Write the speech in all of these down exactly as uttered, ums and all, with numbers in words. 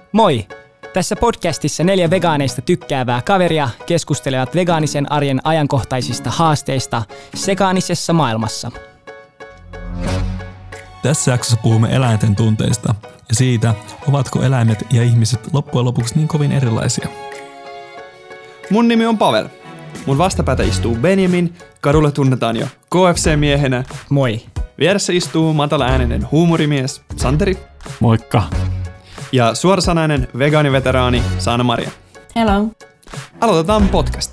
Moi! Tässä podcastissa neljä vegaaneista tykkäävää kaveria keskustelevat vegaanisen arjen ajankohtaisista haasteista sekaanisessa maailmassa. Tässä jaksossa puhumme eläinten tunteista ja siitä, ovatko eläimet ja ihmiset loppujen lopuksi niin kovin erilaisia. Mun nimi on Pavel. Mun vastapäätä istuu Benjamin, kadulla tunnetaan jo K F C-miehenä. Moi! Vieressä istuu matala-ääninen huumorimies Santeri. Moikka! Ja suorasanainen vegaaniveteraani Sanna-Maria. Hello! Aloitetaan podcast.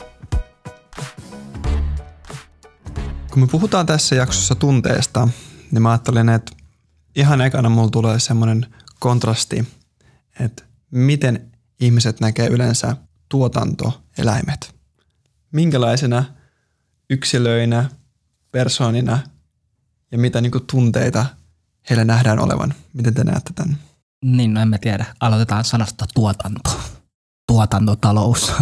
Kun me puhutaan tässä jaksossa tunteesta, niin mä ajattelin, että ihan ekana mulla tulee semmoinen kontrasti, että miten ihmiset näkee yleensä tuotantoeläimet. Minkälaisena yksilöinä, persoonina ja mitä niinku tunteita heillä nähdään olevan. Miten te näette tämän? Niin, no en mä tiedä. Aloitetaan sanasta tuotanto. Tuotantotalous.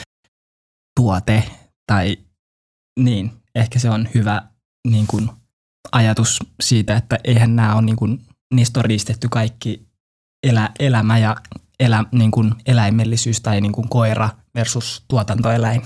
Tuote. Tai niin, ehkä se on hyvä niin kuin, ajatus siitä, että eihän nämä ole, niin kuin, niistä on riistetty kaikki elä, elämä ja elä, niin kuin, eläimellisyys tai niin kuin, koira versus tuotantoeläin.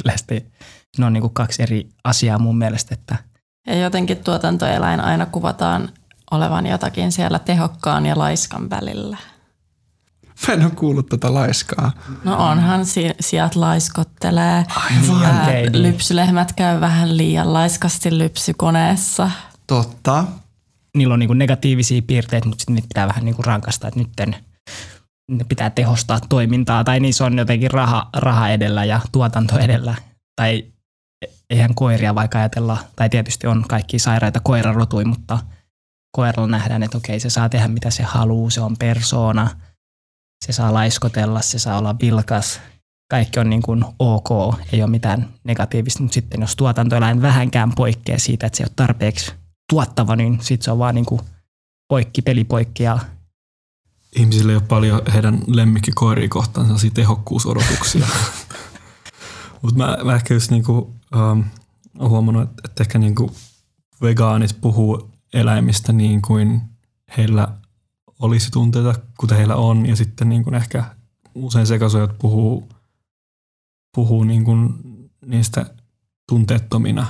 Ne on niin kuin, kaksi eri asiaa mun mielestä. Että ja jotenkin tuotantoeläin aina kuvataan olevan jotakin siellä tehokkaan ja laiskan välillä. Mä en ole kuullut tätä laiskaa. No onhan si- sijat laiskottelee. Aivan. Okay, niin. Lypsylehmät käy vähän liian laiskasti lypsykoneessa. Totta. Niillä on niinku negatiivisia piirteitä, mutta sitten niitä pitää vähän niinku rankasta, että nyt ne pitää tehostaa toimintaa. Tai niissä on jotenkin raha, raha edellä ja tuotanto edellä. Tai eihän koiria vaikka ajatella, tai tietysti on kaikki sairaita koirarotuja, mutta koiralla nähdään, että okei, se saa tehdä mitä se haluaa, se on persoona, se saa laiskotella, se saa olla vilkas. Kaikki on niin kuin ok, ei ole mitään negatiivista, mutta sitten jos tuotantoeläin vähänkään poikkeaa siitä, että se ei ole tarpeeksi tuottava, niin sitten se on vaan niin kuin poikki, pelipoikki. Ja ihmisillä ei ole paljon heidän lemmikkikoiria kohtaan sellaisia tehokkuusodotuksia. Mutta mä, mä ehkä just niinku, um, olen huomannut, että, että ehkä niinku vegaanit puhuu eläimistä niin kuin heillä olisi tunteita, kuten heillä on. Ja sitten niin kuin ehkä usein sekasyöt puhuu, puhuu niin kuin niistä tunteettomina.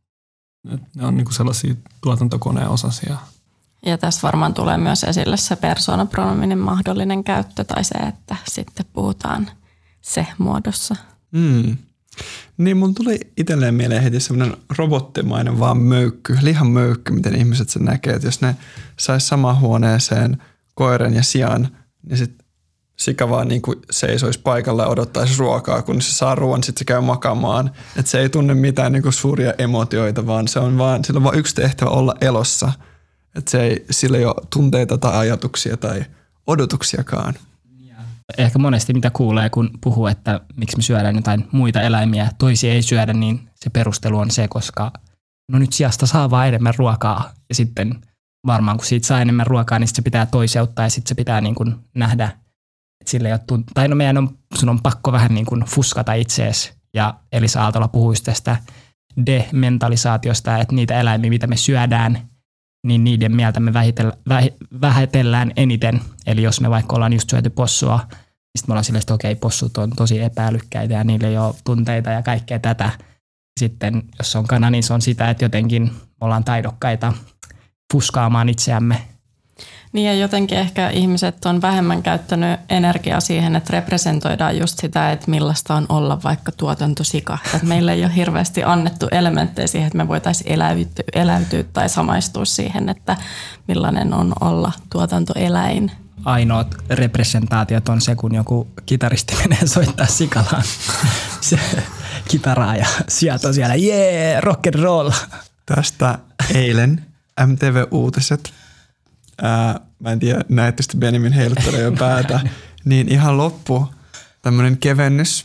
Ne on niin kuin sellaisia tuotantokoneen osasia. Ja tässä varmaan tulee myös esille se persoonapronominin mahdollinen käyttö tai se, että sitten puhutaan se muodossa. Mm. Niin mun tuli itselleen mieleen heti semmoinen robottimainen vaan möykky, lihan möykky, miten ihmiset sen näkee. Että jos ne sais samaan huoneeseen koiran ja sian, niin sit sika vaan niin kuin seisoisi paikalla ja odottaisi ruokaa, kun se saa ruoan, sitten se käy makaamaan. Että se ei tunne mitään niin kuin suuria emotioita, vaan se on vaan, sillä on vaan yksi tehtävä olla elossa. Että se ei, sillä ei ole tunteita tai ajatuksia tai odotuksiakaan. ehkä monesti mitä kuulee, kun puhuu, että miksi me syödään jotain muita eläimiä, toisia ei syödä, niin se perustelu on se, koska no nyt sijasta saa vaan enemmän ruokaa. Ja sitten varmaan kun siitä saa enemmän ruokaa, niin se pitää toiseuttaa ja sitten se pitää niin kuin nähdä, että sille ei ole tunt- tai no meidän on, sun on pakko vähän niin kuin fuskata itseesi. Ja Elisa Aaltola puhuisi tästä dementalisaatiosta, että niitä eläimiä, mitä me syödään, niin niiden mieltä me vähätellään eniten. Eli jos me vaikka ollaan just syöty possua, niin sitten me ollaan silleen, että okei, possut on tosi epäälykkäitä ja niillä ei ole tunteita ja kaikkea tätä. Sitten jos on kana, niin se on sitä, että jotenkin me ollaan taidokkaita fuskaamaan itseämme. Niin ja jotenkin ehkä ihmiset on vähemmän käyttänyt energiaa siihen, että representoidaan just sitä, että millaista on olla vaikka tuotantosika. Että meillä ei ole hirveästi annettu elementtejä siihen, että me voitaisiin eläytyä, eläytyä tai samaistua siihen, että millainen on olla tuotantoeläin. Ainoat representaatiot on se, kun joku kitaristi menee soittaa sikalaan se kitaraa ja sijat on siellä, jee, rock and roll. Tästä eilen M T V-uutiset. Ää, mä en tiedä, näette sitten Benjamin heiluttelee jo päätä, niin ihan loppu tämmöinen kevennys.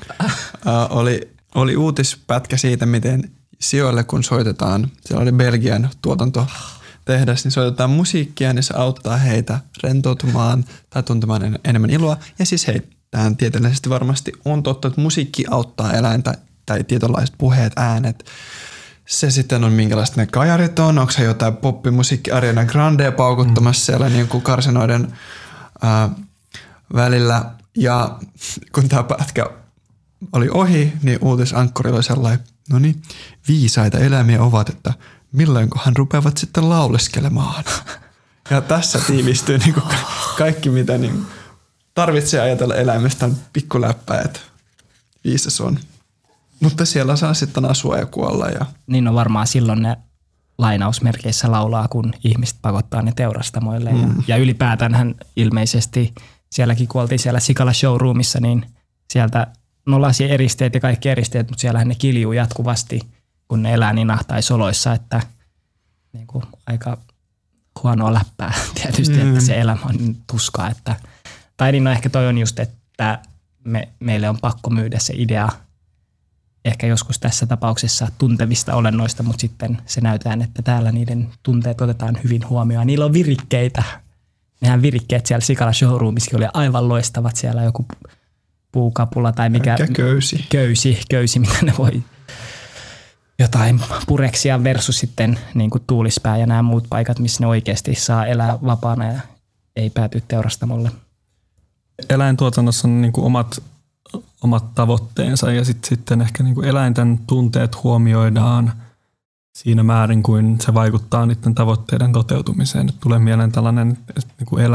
Ää, oli, oli uutispätkä siitä, miten sijoille kun soitetaan, siellä oli Belgian tuotantotehdas, niin soitetaan musiikkia, niin se auttaa heitä rentoutumaan tai tuntemaan en, enemmän iloa. Ja siis hei, tähän tieteellisesti varmasti on totta, että musiikki auttaa eläintä tai tietynlaiset puheet, äänet. Se sitten on minkälaiset ne kajarit on, onko se jotain poppimusiikki Ariana Grandea paukuttamassa mm. siellä niin kuin karsinoiden ää, välillä. Ja kun tämä pätkä oli ohi, niin uutisankkuri oli sellainen, no niin, viisaita eläimiä ovat, että milloinkohan rupeavat sitten lauleskelemaan. Ja tässä tiivistyy niin kuin kaikki, mitä niin tarvitsee ajatella eläimestä, on pikkuläppä, että viisas on. Mutta siellä saa sitten asua ja kuolla. Ja... Niin on varmaan silloin ne lainausmerkeissä laulaa, kun ihmiset pakottaa ne teurastamoille. Mm. Ja, ja ylipäätään hän ilmeisesti, sielläkin kun oltiin siellä Sikala showroomissa, niin sieltä no lasieristeet ja kaikki eristeet, mutta siellähän ne kiljuu jatkuvasti, kun ne elää niin ahtaisoloissa, että niin kuin aika huonoa läppää tietysti, mm. että se elämä on niin tuskaa. Että, tai niin no ehkä toi on just, että me, meille on pakko myydä se idea ehkä joskus tässä tapauksessa tuntevista olennoista, mutta sitten se näytetään, että täällä niiden tunteet otetaan hyvin huomioon. Niillä on virikkeitä. Nehän virikkeet siellä Sikala showroomissakin oli aivan loistavat. Siellä joku puukapula tai mikä. Mikä köysi. Köysi, köysi, mitä ne voi jotain pureksia versus sitten niin kuin Tuulispää ja nämä muut paikat, missä ne oikeasti saa elää vapaana ja ei pääty teurastamolle. Eläintuotannossa on niin kuin omat, omat tavoitteensa ja sit, sitten ehkä niin kuin eläinten tunteet huomioidaan siinä määrin, kuin se vaikuttaa niiden tavoitteiden toteutumiseen. Nyt tulee mieleen tällainen, että niin kuin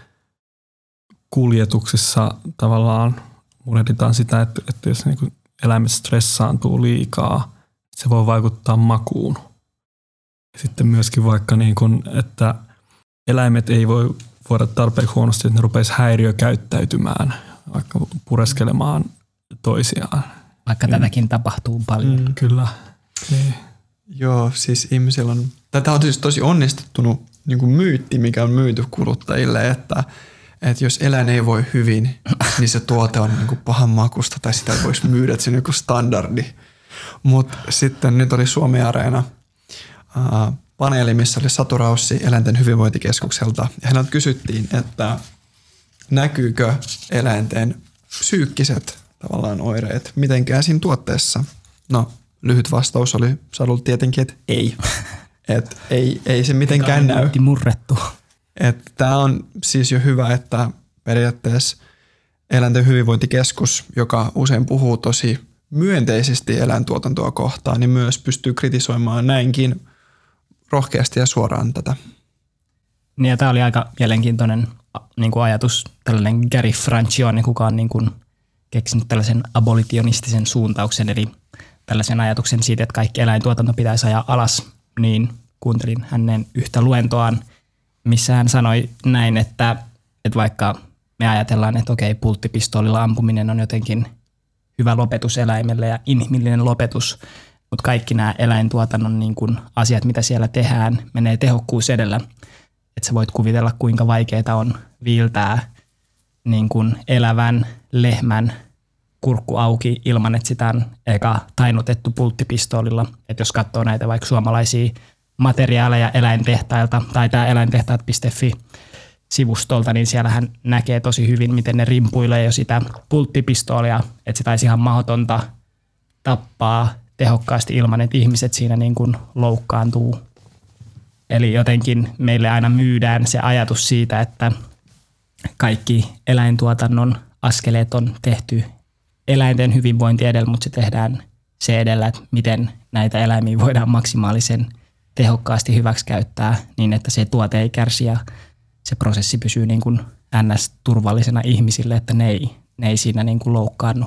eläinkuljetuksissa tavallaan murehditaan sitä, että, että jos niin kuin eläimet stressaantuu liikaa, se voi vaikuttaa makuun. Ja sitten myöskin vaikka, niin kuin, että eläimet ei voi voida tarpeeksi huonosti, että ne rupeisi häiriökäyttäytymään, vaikka pureskelemaan toisiaan. Vaikka ja, tätäkin tapahtuu paljon. Mm, kyllä. Niin. Joo, siis ihmisillä on, tätä on siis tosi onnistunut niin kuin myytti, mikä on myyty kuluttajille, että, että jos eläin ei voi hyvin, niin se tuote on niin kuin pahan makusta tai sitä ei voisi myydä, että se on joku standardi. Mutta sitten nyt oli Suomi Areena ää, paneeli, missä oli Satu Raussi Eläinten hyvinvointikeskukselta. Ja häneltä kysyttiin, että näkyykö eläinten psyykkiset tavallaan oireet mitenkään siinä tuotteessa. No, lyhyt vastaus oli Sadulta tietenkin, että ei. Että ei, ei se mitenkään näy. Murrettu. Tämä on siis jo hyvä, että periaatteessa Eläinten hyvinvointikeskus, joka usein puhuu tosi myönteisesti eläintuotantoa kohtaan, niin myös pystyy kritisoimaan näinkin rohkeasti ja suoraan tätä. Niin ja tämä oli aika mielenkiintoinen niin kuin ajatus, tällainen Gary Francione, kuka on niin kuin keksinyt tällaisen abolitionistisen suuntauksen, eli tällaisen ajatuksen siitä, että kaikki eläintuotanto pitäisi ajaa alas, niin kuuntelin hänen yhtä luentoaan, missä hän sanoi näin, että, että vaikka me ajatellaan, että okei, pulttipistoolilla ampuminen on jotenkin hyvä lopetus eläimelle ja inhimillinen lopetus, mutta kaikki nämä eläintuotannon niin kuin asiat, mitä siellä tehdään, menee tehokkuus edellä. Että sä voit kuvitella, kuinka vaikeaa on viiltää niin kuin elävän lehmän kurkku auki ilman, että sitä on eka tainnutettu pulttipistoolilla. Että jos katsoo näitä vaikka suomalaisia materiaaleja eläintehtailta tai tämä eläintehtaat piste fi sivustolta, niin siellähän näkee tosi hyvin, miten ne rimpuilee jo sitä pulttipistoolia, että se taisi ihan mahdotonta tappaa tehokkaasti ilman, että ihmiset siinä niin kuin loukkaantuu. Eli jotenkin meille aina myydään se ajatus siitä, että kaikki eläintuotannon askeleet on tehty eläinten hyvinvointi edellä, mutta se tehdään se edellä, että miten näitä eläimiä voidaan maksimaalisen tehokkaasti hyväksikäyttää niin, että se tuote ei kärsi ja se prosessi pysyy niin kuin ns-turvallisena ihmisille, että ne ei, ne ei siinä niin kuin loukkaannu.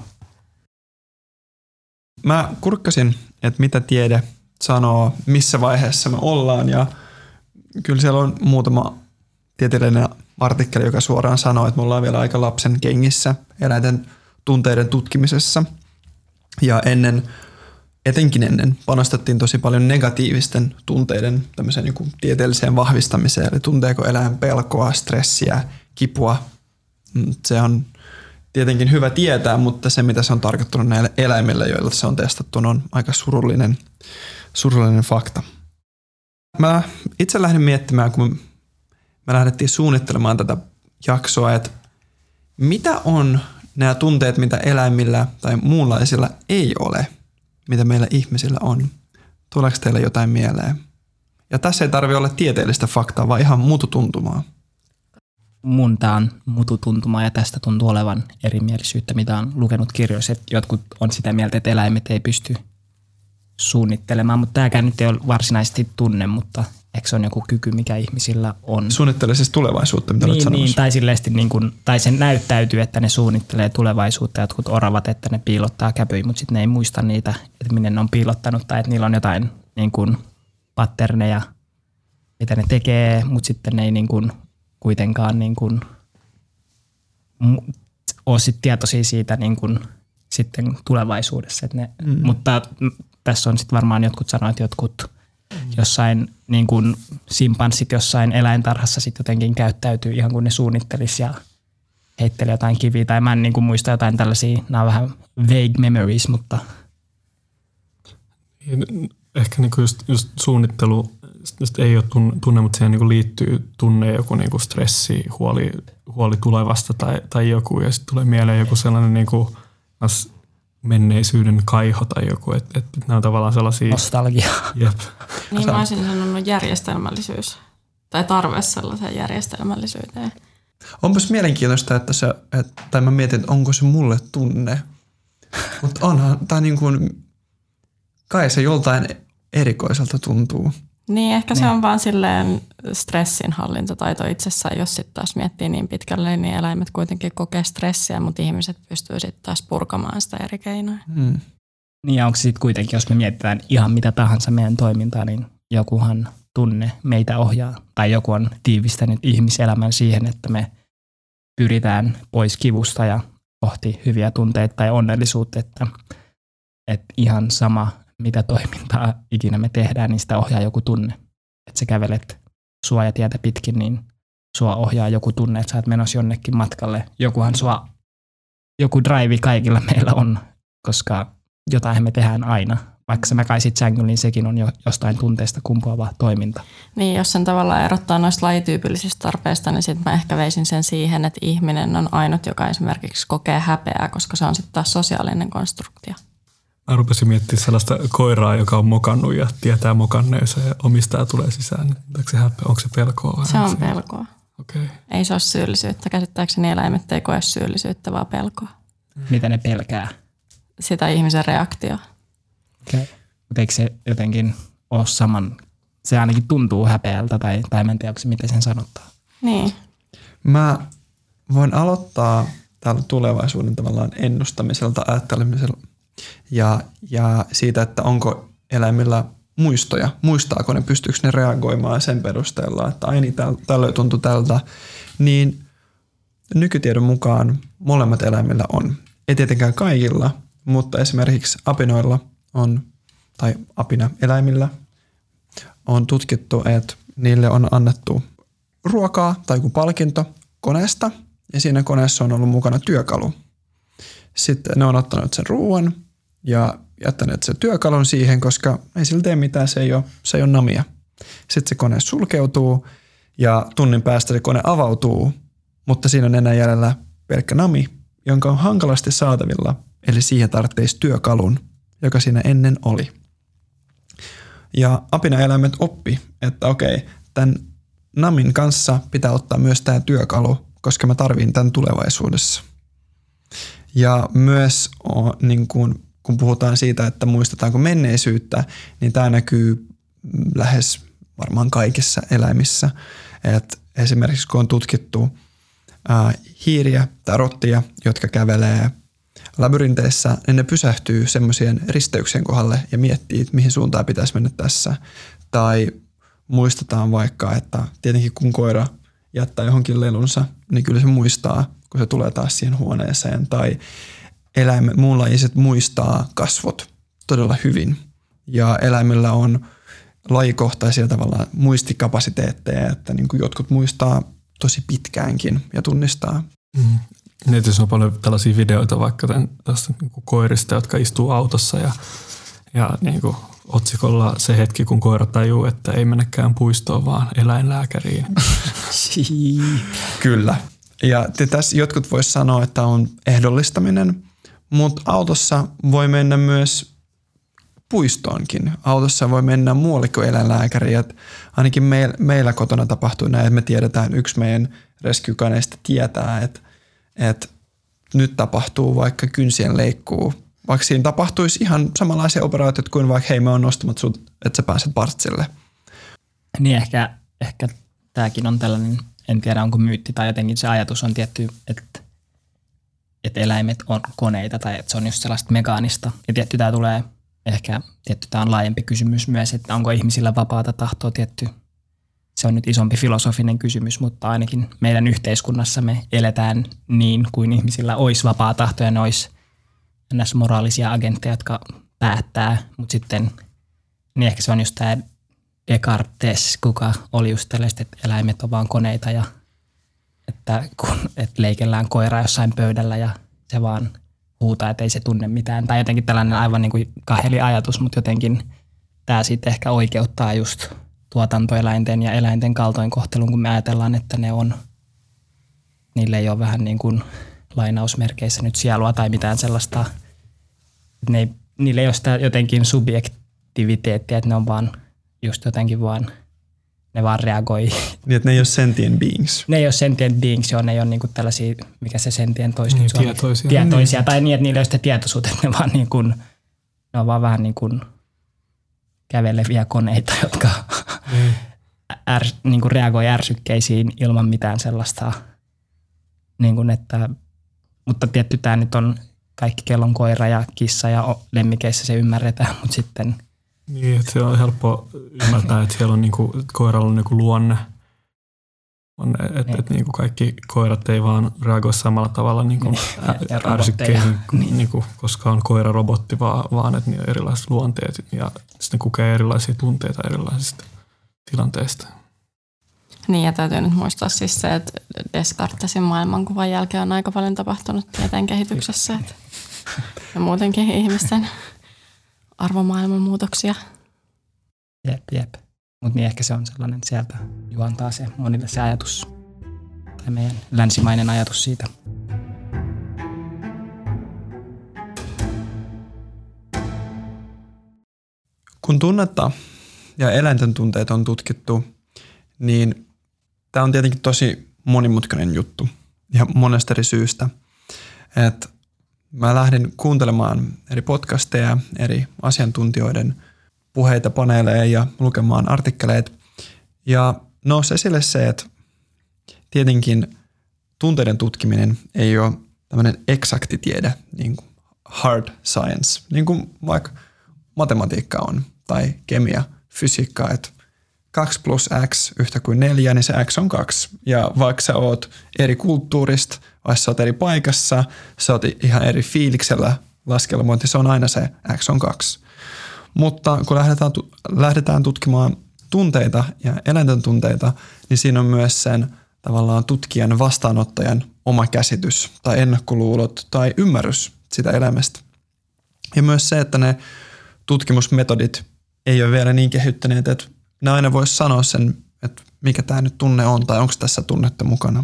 Mä kurkkasin, että mitä tiede sanoo, missä vaiheessa me ollaan, ja kyllä siellä on muutama tieteellinen artikkeli, joka suoraan sanoo, että me ollaan vielä aika lapsen kengissä eläinten tunteiden tutkimisessa. Ja ennen, etenkin ennen, panostettiin tosi paljon negatiivisten tunteiden tämmöiseen niin kuin tieteelliseen vahvistamiseen. Eli tunteeko eläin pelkoa, stressiä, kipua. Se on tietenkin hyvä tietää, mutta se mitä se on tarkoittanut näille eläimille, joilla se on testattu, on aika surullinen, surullinen fakta. Mä itse lähdin miettimään, kun me lähdettiin suunnittelemaan tätä jaksoa, että mitä on nämä tunteet, mitä eläimillä tai muunlaisilla ei ole, mitä meillä ihmisillä on. Tuleeko teille jotain mieleen? Ja tässä ei tarvitse olla tieteellistä faktaa, vaan ihan mututuntumaa. mun tää on mututuntuma ja tästä tuntuu olevan erimielisyyttä, mitä on lukenut kirjoissa. Että jotkut on sitä mieltä, että eläimet ei pysty suunnittelemaan, mutta tämäkään nyt ei ole varsinaisesti tunne, mutta eikö se on joku kyky, mikä ihmisillä on? Suunnittelee siis tulevaisuutta, mitä niin, olet sanomassa. Niin, tai silleesti niin kuin, tai sen näyttäytyy, että ne suunnittelee tulevaisuutta. Jotkut oravat, että ne piilottaa käpyjä, mutta sitten ne ei muista niitä, että minne ne on piilottanut tai että niillä on jotain niin kuin patterneja, mitä ne tekee, mutta sitten ne ei niin kuin kuitenkaan niin kuin ole sit tietoisia siitä niin kuin sitten tulevaisuudessa. Että ne, mm. Mutta tässä on sitten varmaan jotkut sanoit, että jotkut mm. jossain niin kuin simpanssit jossain eläintarhassa sitten jotenkin käyttäytyy ihan kuin ne suunnittelisi ja heitteli jotain kiviä. Tai mä en niin kuin muista jotain tällaisia, nämä on vähän vague memories, mutta ehkä niinku just, just suunnittelu just ei ole tunne, mutta siihen niinku liittyy tunne joku niinku stressi, huoli, huoli tulevasta tai, tai joku. Ja sitten tulee mieleen joku sellainen niinku menneisyyden kaiho tai joku. Että et, nämä on tavallaan sellaisia nostalgia. Jep. Niin mä olisin sanonut järjestelmällisyys tai tarve sellaiseen järjestelmällisyyteen. Onpas mielenkiintoista, että se, että, tai mä mietin, että onko se mulle tunne. Mutta onhan, tai niin kuin, kai se joltain erikoiselta tuntuu. Niin, ehkä niin. Se on vaan silleen stressinhallintataito itsessään, jos sitten taas miettii niin pitkälle, niin eläimet kuitenkin kokee stressiä, mutta ihmiset pystyy sitten taas purkamaan sitä eri keinoja. Hmm. Niin ja onko sitten kuitenkin, jos me mietitään ihan mitä tahansa meidän toimintaa, niin jokuhan tunne meitä ohjaa. Tai joku on tiivistänyt ihmiselämän siihen, että me pyritään pois kivusta ja kohti hyviä tunteita tai onnellisuutta, että, että ihan sama mitä toimintaa ikinä me tehdään, niin sitä ohjaa joku tunne. Että sä kävelet suojatietä pitkin, niin sua ohjaa joku tunne, että sä oot menossa jonnekin matkalle. Jokuhan sua, joku drive kaikilla meillä on, koska jotain me tehdään aina. Vaikka sä mäkaisit sängyllä, niin sekin on jo jostain tunteesta kumpuava toiminta. Niin, jos sen tavallaan erottaa noista lajityypillisistä tarpeista, niin sitten mä ehkä veisin sen siihen, että ihminen on ainut, joka esimerkiksi kokee häpeää, koska se on sitten taas sosiaalinen konstruktio. Mä rupesin miettimään sellaista koiraa, joka on mokannut ja tietää mokanneensa ja omistaja tulee sisään. Onko se, häpeä, onko se pelkoa? Vai se on pelkoa. Okay. Ei se ole syyllisyyttä. Käsittääkseni eläimet ei koe syyllisyyttä, vaan pelkoa. Mitä ne pelkää? Sitä ihmisen reaktioa. Okay. Mutta eikö se jotenkin ole saman, se ainakin tuntuu häpeältä tai, tai mä en tiedä, onko se miten sen sanottaa. Niin. Mä voin aloittaa täällä tulevaisuuden tavallaan ennustamiselta, ajattelemisella ja, ja siitä, että onko eläimillä muistoja, muistaako ne, pystyykö ne reagoimaan sen perusteella, että ai niin, tällöin tuntui tältä, niin nykytiedon mukaan molemmat eläimillä on. Ei tietenkään kaikilla, mutta esimerkiksi apinoilla on, tai apinaeläimillä on tutkittu, että niille on annettu ruokaa tai joku palkinto koneesta ja siinä koneessa on ollut mukana työkalu. Sitten ne on ottanut sen ruoan ja jättäneet sen työkalun siihen, koska ei sillä tee mitään, se ei ole, se ei ole namia. Sitten se kone sulkeutuu ja tunnin päästä se kone avautuu, mutta siinä on enää jäljellä pelkkä nami, jonka on hankalasti saatavilla, eli siihen tarvitsisi työkalun, joka siinä ennen oli. Ja apinaeläimet oppi, että okei, tämän namin kanssa pitää ottaa myös tämä työkalu, koska mä tarviin tämän tulevaisuudessa. Ja myös niin kun, kun puhutaan siitä, että muistetaanko menneisyyttä, niin tämä näkyy lähes varmaan kaikissa eläimissä. Et esimerkiksi kun on tutkittu ää, hiiriä tai rottia, jotka kävelee labyrinteissä, niin ne pysähtyy semmoisien risteyksien kohdalle ja miettii, että mihin suuntaan pitäisi mennä tässä. Tai muistetaan vaikka, että tietenkin kun koira jättää johonkin lelunsa, niin kyllä se muistaa, kun se tulee taas siihen huoneeseen. Tai eläimet, muunlajiset muistaa kasvot todella hyvin. Ja eläimillä on lajikohtaisia tavallaan muistikapasiteetteja, että niin kuin jotkut muistaa tosi pitkäänkin ja tunnistaa. Mm. Netissä on paljon tällaisia videoita vaikka tämän, tästä niin kuin koirista, jotka istuu autossa ja, ja niin kuin otsikolla se hetki, kun koira tajuu, että ei mennäkään puistoon, vaan eläinlääkäriin. Kyllä. Ja tässä jotkut vois sanoa, että on ehdollistaminen, mutta autossa voi mennä myös puistoonkin. Autossa voi mennä muualle kuin eläinlääkäriin. Et ainakin meil, meillä kotona tapahtuu näin, että me tiedetään, yksi meidän rescue-kaneista tietää, että, että nyt tapahtuu vaikka kynsien leikkuu. Vaikka siinä tapahtuisi ihan samanlaisia operaatioita kuin vaikka hei, mä oon nostamat sut, että sä pääset partsille. Niin ehkä, ehkä tämäkin on tällainen, en tiedä onko myytti tai jotenkin se ajatus on tietty, että, että eläimet on koneita tai että se on just sellaista mekaanista. Ja tietty tämä tulee, ehkä tietty tämä on laajempi kysymys myös, että onko ihmisillä vapaata tahtoa tietty. Se on nyt isompi filosofinen kysymys, mutta ainakin meidän yhteiskunnassa me eletään niin kuin ihmisillä olisi vapaa tahto ja ne olisi näissä moraalisia agentteja, jotka päättää, mutta sitten niin ehkä se on just tämä Descartes, kuka oli just tällaiset, että eläimet on vaan koneita ja että, kun, että leikellään koiraa jossain pöydällä ja se vaan huutaa, että ei se tunne mitään. Tai jotenkin tällainen aivan niin kuin kaheli ajatus, mutta jotenkin tämä sitten ehkä oikeuttaa just tuotantoeläinten ja eläinten kaltoinkohtelun, kun me ajatellaan, että ne on, niille ei ole vähän niin kuin lainausmerkeissä nyt sielua tai mitään sellaista, että ne ei, niille ei ole sitä jotenkin subjektiviteettia, että ne on vaan just jotenkin vaan, ne vaan reagoi. Niin, että ne ei ole sentient beings. Ne ei ole sentient beings, joo, ne ei ole niinku tällaisia, mikä se sentient toisi niin, suomeksi. Tietoisia. Tietoisia, tai niin, että niillä ei ole sitä tietoisuutta, että ne, vaan niin kuin, ne on vaan vähän niin kuin käveleviä koneita, jotka mm. är, niin kuin reagoi ärsykkeisiin ilman mitään sellaista, niin kuin että, mutta tietty tämä nyt on kaikki kellon koira ja kissa ja lemmikeissä se ymmärretään, mutta sitten niin, että se on helppo ymmärtää, että siellä on niinku, koiralla on niinku luonne. Että et, niinku kaikki koirat ei vaan reagoi samalla tavalla niinku niin, ärsykkeisiin, niin. niinku, koska on koirarobotti, vaan, vaan että niillä on erilaiset luonteet ja sitten kokee erilaisia tunteita erilaisista tilanteista. Niin, ja täytyy nyt muistaa siis se, että Descartesin maailmankuvan jälkeen on aika paljon tapahtunut tieteen kehityksessä. Että, ja muutenkin ihmisten arvomaailman muutoksia. Jep, jep. Mutta niin ehkä se on sellainen, sieltä juontaa se monille se ajatus, tai meidän länsimainen ajatus siitä. Kun tunnetta ja eläinten tunteita on tutkittu, niin tämä on tietenkin tosi monimutkainen juttu ja monesta eri syystä. Et mä lähdin kuuntelemaan eri podcasteja, eri asiantuntijoiden puheita, paneeleja ja lukemaan artikkeleita. Ja nousi esille se, että tietenkin tunteiden tutkiminen ei ole tämmöinen eksakti tiede, niin kuin hard science, niin kuin vaikka matematiikka on tai kemia, fysiikka, että kaksi plus x yhtä kuin neljä, niin se x on kaksi. Ja vaikka sä oot eri kulttuurista, vaikka sä oot eri paikassa, sä oot ihan eri fiiliksellä laskelmointi, se on aina se x on kaksi. Mutta kun lähdetään, lähdetään tutkimaan tunteita ja eläinten tunteita, niin siinä on myös sen tavallaan tutkijan vastaanottajan oma käsitys tai ennakkoluulot tai ymmärrys sitä elämästä. Ja myös se, että ne tutkimusmetodit ei ole vielä niin kehittyneet, että ne aina voisi sanoa sen, että mikä tämä nyt tunne on tai onko tässä tunnetta mukana.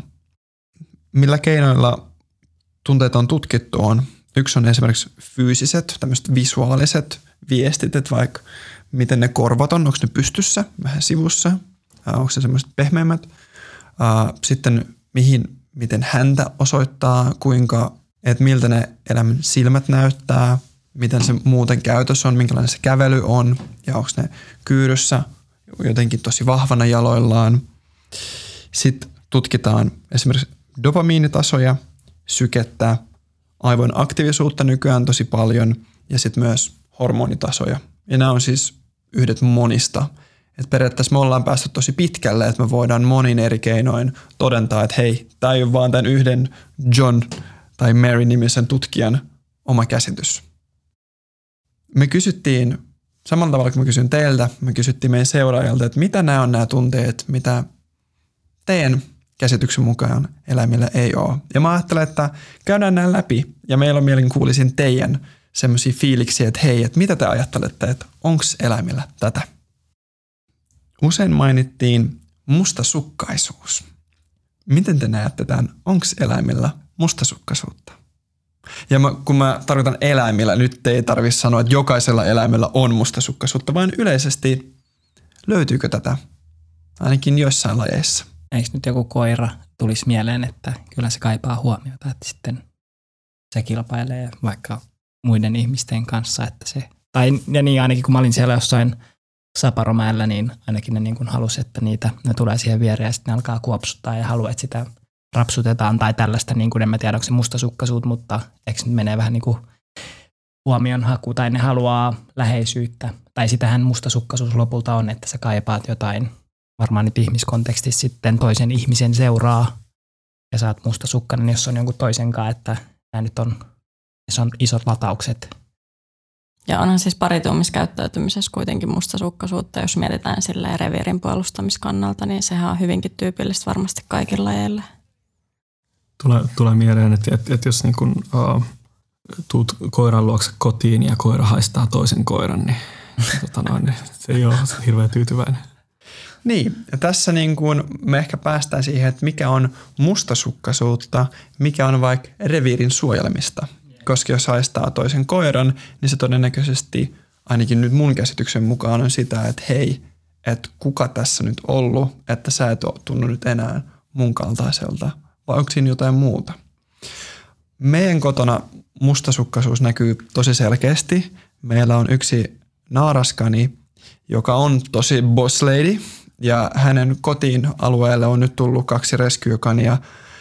Millä keinoilla tunteita on tutkittu on, yksi on esimerkiksi fyysiset, tämmöiset visuaaliset viestit, että vaikka miten ne korvat on, onko ne pystyssä, vähän sivussa, onko se semmoiset pehmeämmät. Sitten mihin, miten häntä osoittaa, kuinka, että miltä ne eläimen silmät näyttää, miten se muuten käytös on, minkälainen se kävely on ja onko ne kyyryssä jotenkin tosi vahvana jaloillaan. Sitten tutkitaan esimerkiksi dopamiinitasoja, sykettä, aivojen aktiivisuutta nykyään tosi paljon ja sitten myös hormonitasoja. Ja nämä on siis yhdet monista. Et periaatteessa me ollaan päästy tosi pitkälle, että me voidaan monin eri keinoin todentaa, että hei, tämä ei ole vaan tämän yhden John tai Mary-nimisen tutkijan oma käsitys. Me kysyttiin, samalla tavalla kuin mä kysyn teiltä, me kysyttiin meidän seuraajalta, että mitä nämä on nämä tunteet, mitä teidän käsityksen mukaan eläimillä ei ole. Ja mä ajattelen, että käydään nämä läpi ja meillä on mielenkuulisin teidän semmoisia fiiliksiä, että hei, että mitä te ajattelette, että onko eläimillä tätä? Usein mainittiin mustasukkaisuus. Miten te näette tämän, onko eläimillä mustasukkaisuutta? Ja mä, kun mä tarkoitan eläimillä, nyt ei tarvitse sanoa, että jokaisella eläimellä on mustasukkaisuutta, vaan yleisesti löytyykö tätä ainakin joissain lajeissa. Eikö nyt joku koira tulisi mieleen, että kyllä se kaipaa huomiota, että sitten se kilpailee vaikka muiden ihmisten kanssa, että se, tai ja niin ainakin kun mä olin siellä jossain Saparomäellä, niin ainakin ne niin kuin halusi, että niitä, ne tulee siihen viereen ja sitten ne alkaa kuopsuttaa ja haluaa, että sitä rapsutetaan tai tällaista, niin kuin en mä tiedä, onko se mustasukkaisuut, mutta eikö nyt menee vähän niin kuin huomionhaku tai ne haluaa läheisyyttä. Tai sitähän mustasukkaisuus lopulta on, että sä kaipaat jotain, varmaan nyt ihmiskontekstissa sitten toisen ihmisen seuraa ja sä oot mustasukkainen, jos on jonkun toisen kanssa, että nämä nyt on, on isot lataukset. Ja onhan siis parituumiskäyttäytymisessä kuitenkin mustasukkaisuutta, jos mietitään silleen reviirin puolustamiskannalta, niin sehän on hyvinkin tyypillistä varmasti kaikilla lajeilla. Tulee, tulee mieleen, että, että, että jos niin kun, uh, tuut koiran luokse kotiin ja koira haistaa toisen koiran, niin, tota noin, niin se ei ole hirveän tyytyväinen. Niin, ja tässä niin kuin me ehkä päästään siihen, että mikä on mustasukkaisuutta, mikä on vaikka reviirin suojelemista. Koska jos haistaa toisen koiran, niin se todennäköisesti, ainakin nyt mun käsityksen mukaan, on sitä, että hei, että kuka tässä nyt ollut, että sä et ole tunnu nyt enää mun kaltaiselta, vai onko siinä jotain muuta? Meidän kotona mustasukkaisuus näkyy tosi selkeästi. Meillä on yksi naaraskani, joka on tosi boss lady, ja hänen kotiin alueelle on nyt tullut kaksi rescue-kania,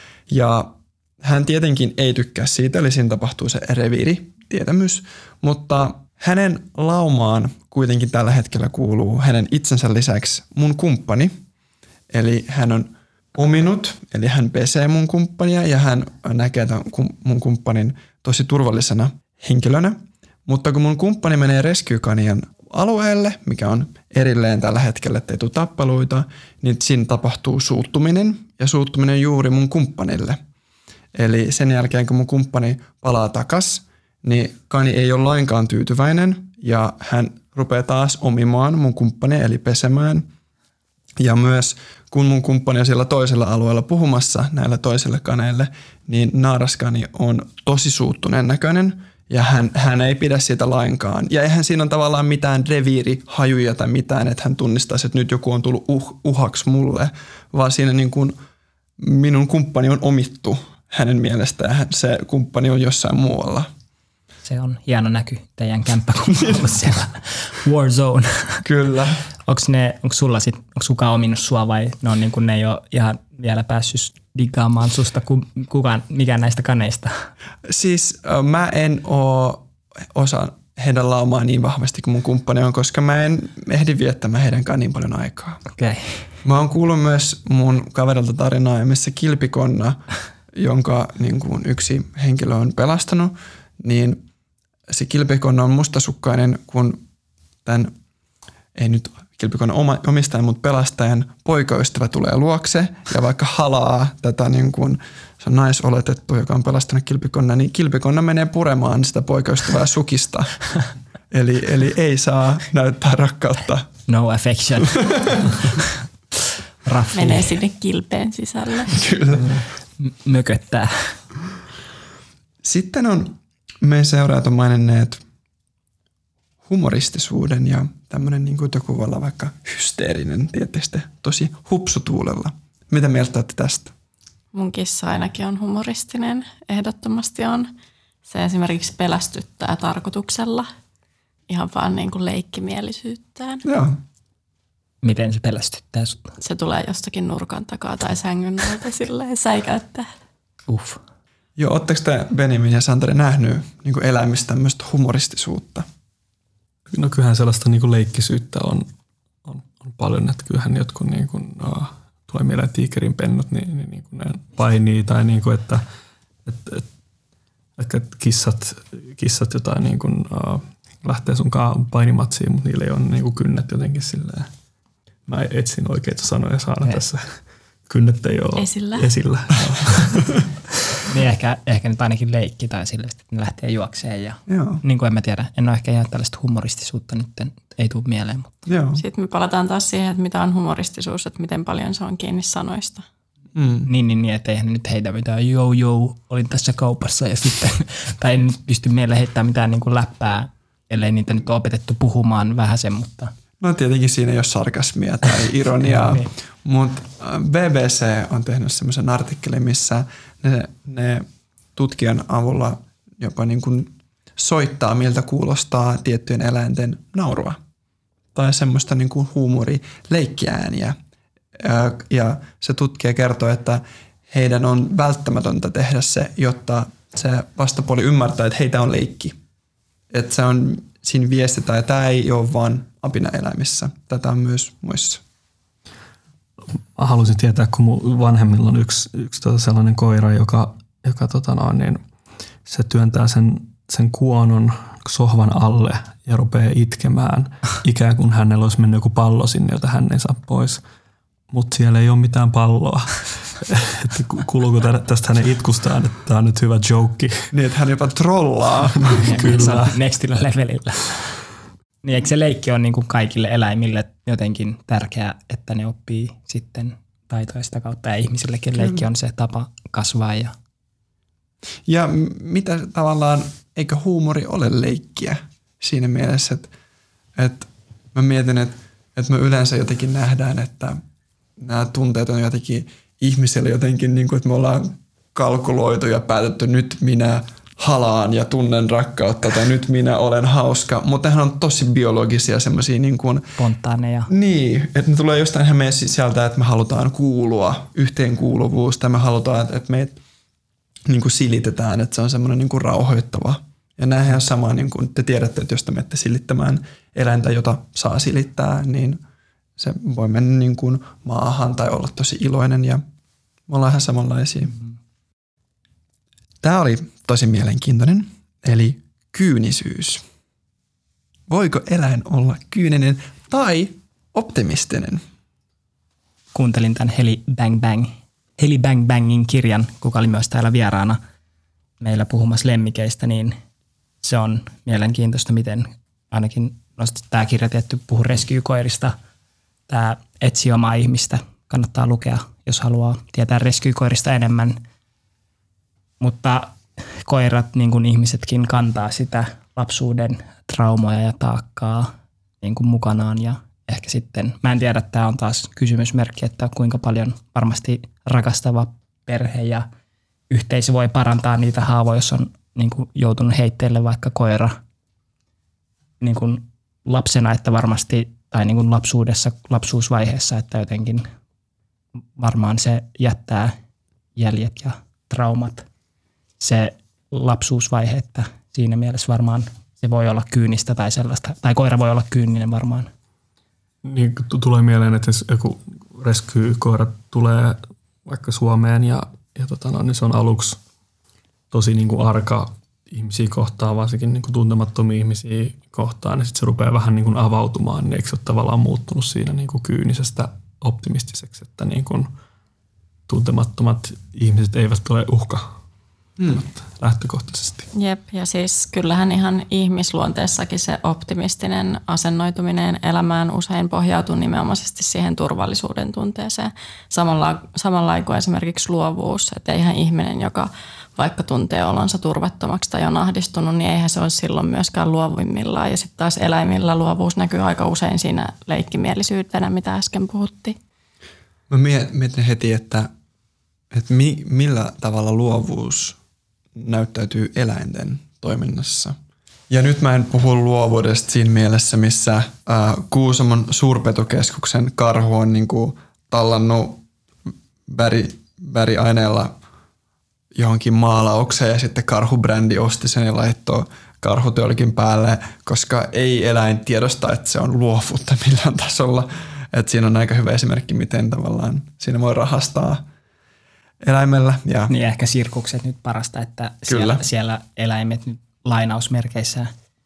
ja hän tietenkin ei tykkää siitä, eli siinä tapahtuu se reviiritietämys, mutta hänen laumaan kuitenkin tällä hetkellä kuuluu hänen itsensä lisäksi mun kumppani. Eli hän on ominut, eli hän pesee mun kumppania ja hän näkee tämän mun kumppanin tosi turvallisena henkilönä. Mutta kun mun kumppani menee rescue-kanien alueelle, mikä on erilleen tällä hetkellä, ettei tule tappeluita, niin siinä tapahtuu suuttuminen ja suuttuminen juuri mun kumppanille. Eli sen jälkeen, kun mun kumppani palaa takas, niin kani ei ole lainkaan tyytyväinen ja hän rupeaa taas omimaan mun kumppania eli pesemään. Ja myös kun mun kumppani on siellä toisella alueella puhumassa näille toisille kaneille, niin naaraskani on tosi suuttuneen näköinen ja hän, hän ei pidä siitä lainkaan. Ja eihän siinä ole tavallaan mitään reviirihajuja tai mitään, että hän tunnistaisi, että nyt joku on tullut uh, uhaksi mulle, vaan siinä niin kuin minun kumppani on omittu hänen mielestään ja se kumppani on jossain muualla. Se on hieno näky teidän kämppä, kun on ollut siellä Warzone. Kyllä. Onko ne, onko sulla sit, onko kukaan ominut sua vai ne on niin kuin ne ei ole ihan vielä päässyt diggaamaan susta kukaan, mikään näistä kaneista? Siis äh, mä en ole osa heidän laumaa niin vahvasti kuin mun kumppani on, koska mä en ehdi viettämään heidän kanssa niin paljon aikaa. Okei. Okay. Mä oon kuullut myös mun kaverilta tarinaa, missä kilpikonna, jonka niin kuin yksi henkilö on pelastanut, niin se kilpikonna on mustasukkainen, kun tämän, ei nyt kilpikonnan omistajan, mutta pelastajan poikaystävä tulee luokse ja vaikka halaa tätä niin kuin, se on naisoletettu, joka on pelastanut kilpikonna, niin kilpikonna menee puremaan sitä poikaystävää sukista. eli, eli ei saa näyttää rakkautta. No affection. Menee sinne kilpeen sisälle. Kyllä. M- mököttää. Sitten on meidän seuraajat on maininneet humoristisuuden ja tämmöinen niin kuin joku voi olla vaikka hysteerinen, tietysti tosi hupsutuulella. Mitä mieltä olette tästä? Mun kissa ainakin on humoristinen, ehdottomasti on. Se esimerkiksi pelästyttää tarkoituksella, ihan vaan niin kuin leikkimielisyyttään. Joo. Miten se pelästyttää sut? Se tulee jostakin nurkan takaa tai sängyn alta silleen säikäyttää. Uff. Joo, ootteko te Benjamin ja Santeri nähnyt niin kuin eläimistä tämmöistä humoristisuutta? No kyllähän sellaista niin kuin leikkisyyttä on, on, on paljon, että kyllähän jotkut niin kuin, uh, tulee mieleen tiikerin pennut, niin, niin, niin kuin ne painii tai niin kuin, että, että, että, että kissat, kissat jotain niin kuin, uh, lähtee sunkaan painimatsiin, mutta niillä ei ole niin kuin kynnet jotenkin silleen. Mä etsin oikeita sanoja saada He. tässä. Kynnet ei ole esillä. esillä niin ehkä, ehkä nyt ainakin leikki tai sillä, että ne lähtee juokseen. Ja, Joo. niin kuin en mä tiedä, en ole ehkä ihan tällaista humoristisuutta nyt, ei tule mieleen. Mutta. Joo. Sitten me palataan taas siihen, että mitä on humoristisuus, että miten paljon se on kiinni sanoista. Mm. Niin, niin, niin, että eihän ne nyt heitä mitään, joo, joo, olin tässä kaupassa ja sitten, tai ei nyt pysty meille heittämään mitään niin kuin läppää, ellei niitä nyt ole opetettu puhumaan vähäsen, mutta... No tietenkin siinä ei ole sarkasmia tai ironiaa, niin. Mutta B B C on tehnyt semmoisen artikkelin, missä ne, ne tutkijan avulla jopa niin kuin soittaa, miltä kuulostaa tiettyjen eläinten naurua tai semmoista niin kuin huumorileikkiääniä. Ja se tutkija kertoo, että heidän on välttämätöntä tehdä se, jotta se vastapuoli ymmärtää, että heitä on leikki. Että se on, siinä viestitään, että tämä ei ole vaan apinaeläimissä. Tätä on myös muissa. Mä haluaisin tietää, kun mun vanhemmilla on yksi, yksi tota sellainen koira, joka, joka tota no, niin se työntää sen, sen kuonon sohvan alle ja rupeaa itkemään, ikään kuin hänellä olisi mennyt joku pallo sinne, jota hän ei saa pois. Mutta siellä ei ole mitään palloa. Kuuluuko tästä hänen itkustaan, että tämä on nyt hyvä joke? Niin, että hän jopa trollaa. Kyllä. Nextillä levelillä. Niin eikö se leikki on niin kuin kaikille eläimille jotenkin tärkeää, että ne oppii sitten taitoja sitä kautta. Ja ihmisillekin Kyllä. leikki on se tapa kasvaa. Ja, ja mitä tavallaan, eikö huumori ole leikkiä siinä mielessä, että, että mä mietin, että, että me yleensä jotenkin nähdään, että nämä tunteet on jotenkin ihmiselle jotenkin niin kuin, että me ollaan kalkuloitu ja päätetty, nyt minä halaan ja tunnen rakkautta tai nyt minä olen hauska. Mutta nehän on tosi biologisia semmoisia niin kuin... spontaaneja. Niin, että ne tulee jostain ihan meidän sisältä, että me halutaan kuulua, yhteenkuuluvuus tai me halutaan, että meitä niin kuin silitetään, että se on semmoinen niin kuin rauhoittava. Ja näinhän on sama, niin kuin te tiedätte, että jos te menette silittämään eläintä, jota saa silittää, niin se voi mennä niin kuin maahan tai olla tosi iloinen ja me ollaan ihan samanlaisia. Mm-hmm. Tämä oli tosi mielenkiintoinen, eli kyynisyys. Voiko eläin olla kyyninen tai optimistinen? Kuuntelin tämän Heli Bang Bang, Heli Bang Bangin kirjan, kuka oli myös täällä vieraana meillä puhumassa lemmikeistä, niin se on mielenkiintoista, miten ainakin no, tämä kirja tietty puhuu rescue-koirista. Tämä etsi omaa ihmistä. Kannattaa lukea, jos haluaa tietää rescue-koirista enemmän. Mutta koirat, niin kuin ihmisetkin, kantaa sitä lapsuuden traumoja ja taakkaa niin kuin mukanaan. Ja ehkä sitten, mä en tiedä, että tämä on taas kysymysmerkki, että kuinka paljon varmasti rakastava perhe ja yhteisö voi parantaa niitä haavoja, jos on niin kuin joutunut heitteille vaikka koira niin kuin lapsena, että varmasti, tai niin kuin lapsuudessa, lapsuusvaiheessa, että jotenkin varmaan se jättää jäljet ja traumat. Se lapsuusvaihe, että siinä mielessä varmaan se voi olla kyynistä tai sellaista, tai koira voi olla kyyninen varmaan. Niin tulee mieleen, että jos joku rescue-koira tulee vaikka Suomeen ja, ja tota, no, niin se on aluksi tosi niin kuin arka ihmisiä kohtaan, varsinkin niin kuin tuntemattomia ihmisiä kohtaan, niin sitten se rupeaa vähän niin kuin avautumaan, niin eikö se ole tavallaan muuttunut siinä niin kuin kyynisestä optimistiseksi, että niin kuin tuntemattomat ihmiset eivät ole uhka hmm. lähtökohtaisesti. Jep, ja siis kyllähän ihan ihmisluonteessakin se optimistinen asennoituminen elämään usein pohjautuu nimenomaisesti siihen turvallisuuden tunteeseen. Samalla, samalla kuin esimerkiksi luovuus, että eihän ihminen, joka vaikka tuntee olonsa turvattomaksi tai on ahdistunut, niin eihän se ole silloin myöskään luovimmillaan. Ja sitten taas eläimillä luovuus näkyy aika usein siinä leikkimielisyytenä, mitä äsken puhuttiin. Mä mietin heti, että, että mi, millä tavalla luovuus näyttäytyy eläinten toiminnassa. Ja nyt mä en puhu luovuudesta siinä mielessä, missä äh, Kuusamon suurpetokeskuksen karhu on niin kuin tallannut väri, väriaineella johonkin maalaukseen ja sitten karhubrändi osti sen ja laittoi karhutölkin päälle, koska ei eläin tiedosta, että se on luovuutta millään tasolla. Että siinä on aika hyvä esimerkki, miten tavallaan siinä voi rahastaa eläimellä. Ja niin ehkä sirkukset nyt parasta, että siellä, siellä eläimet nyt lainausmerkeissä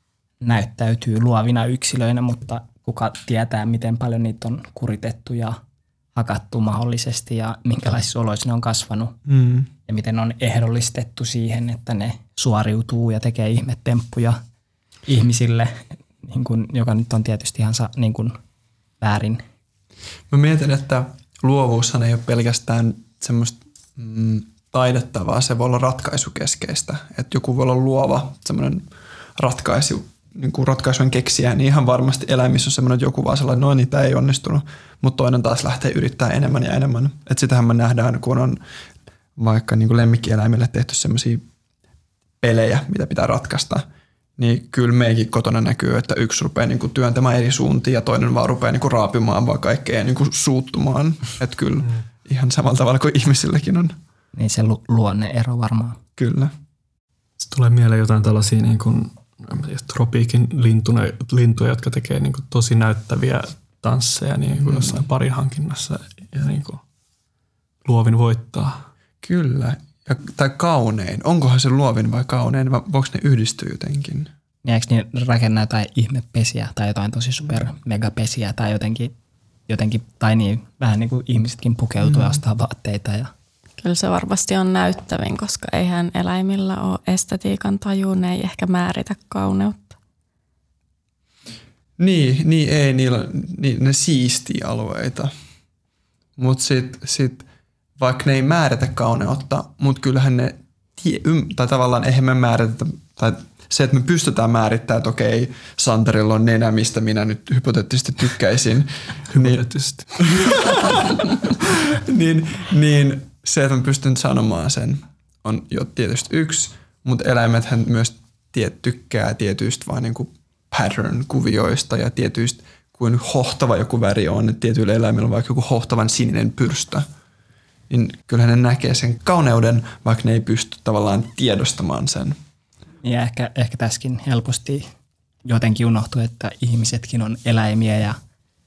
näyttäytyy luovina yksilöinä, mutta kuka tietää, miten paljon niitä on kuritettu ja hakattu mahdollisesti ja minkälaisissa oloissa ne on kasvanut. Mm. Ja miten on ehdollistettu siihen, että ne suoriutuu ja tekee ihmetemppuja ihmisille, niin kun, joka nyt on tietysti ihan sa, niin kun väärin. Mä mietin, että luovuushan ei ole pelkästään semmoista mm, taidettavaa, se voi olla ratkaisukeskeistä. Että joku voi olla luova, semmoinen ratkaisu, niin kuin ratkaisujen keksijä, niin ihan varmasti eläimissä on semmoinen, että joku vaan sellainen, no niin, tämä ei onnistunut, mutta toinen taas lähtee yrittää enemmän ja enemmän. Että sitähän me nähdään, kun on vaikka niin kuin lemmikkieläimille tehty semmoisia pelejä, mitä pitää ratkaista, niin kyllä meikin kotona näkyy, että yksi rupeaa niin kuin työntämään eri suuntiin ja toinen vaan rupeaa niin kuin raapimaan vaan kaikkea niin kuin suuttumaan. Että kyllä mm. ihan samalla tavalla kuin ihmisilläkin on. Niin se lu- luonne-ero varmaan. Kyllä. Sitten tulee mieleen jotain tällaisia niin kuin, tropiikin lintuja, lintuja, jotka tekee niin kuin tosi näyttäviä tansseja niin kuin mm. jossain parihankinnassa ja niin kuin luovin voittaa. Kyllä. Ja, tai kaunein. Onkohan se luovin vai kaunein, vai voiko ne yhdistyä jotenkin? Niin eikö niin rakenna jotain ihmepesiä tai jotain tosi super megapesiä tai jotenkin, jotenkin tai niin, vähän niin kuin ihmisetkin pukeutuu ja ostaa vaatteita. Ja. Kyllä se varmasti on näyttävin, koska eihän eläimillä ole estetiikan taju, ne ei ehkä määritä kauneutta. Niin, niin ei, niillä, niin, ne siistii alueita. Mutta sitten sit, vaikka ne ei määritä kauneutta, mutta kyllähän ne, tie, tai tavallaan eihän me määritä, tai se, että me pystytään määrittämään, että okei, Santerilla on nenä, mistä minä nyt hypoteettisesti tykkäisin. Hypoteettisesti. niin, niin se, että mä pystyn sanomaan sen, on jo tietysti yksi, mutta eläimethän myös tiet, tykkää tietyistä vaan niin kuin pattern-kuvioista ja tietyistä, kuin hohtava joku väri on, että tietyillä eläimillä on vaikka joku hohtavan sininen pyrstö. Niin kyllähän ne näkee sen kauneuden, vaikka ne ei pysty tavallaan tiedostamaan sen. Ja ehkä, ehkä tässäkin helposti jotenkin unohtuu, että ihmisetkin on eläimiä ja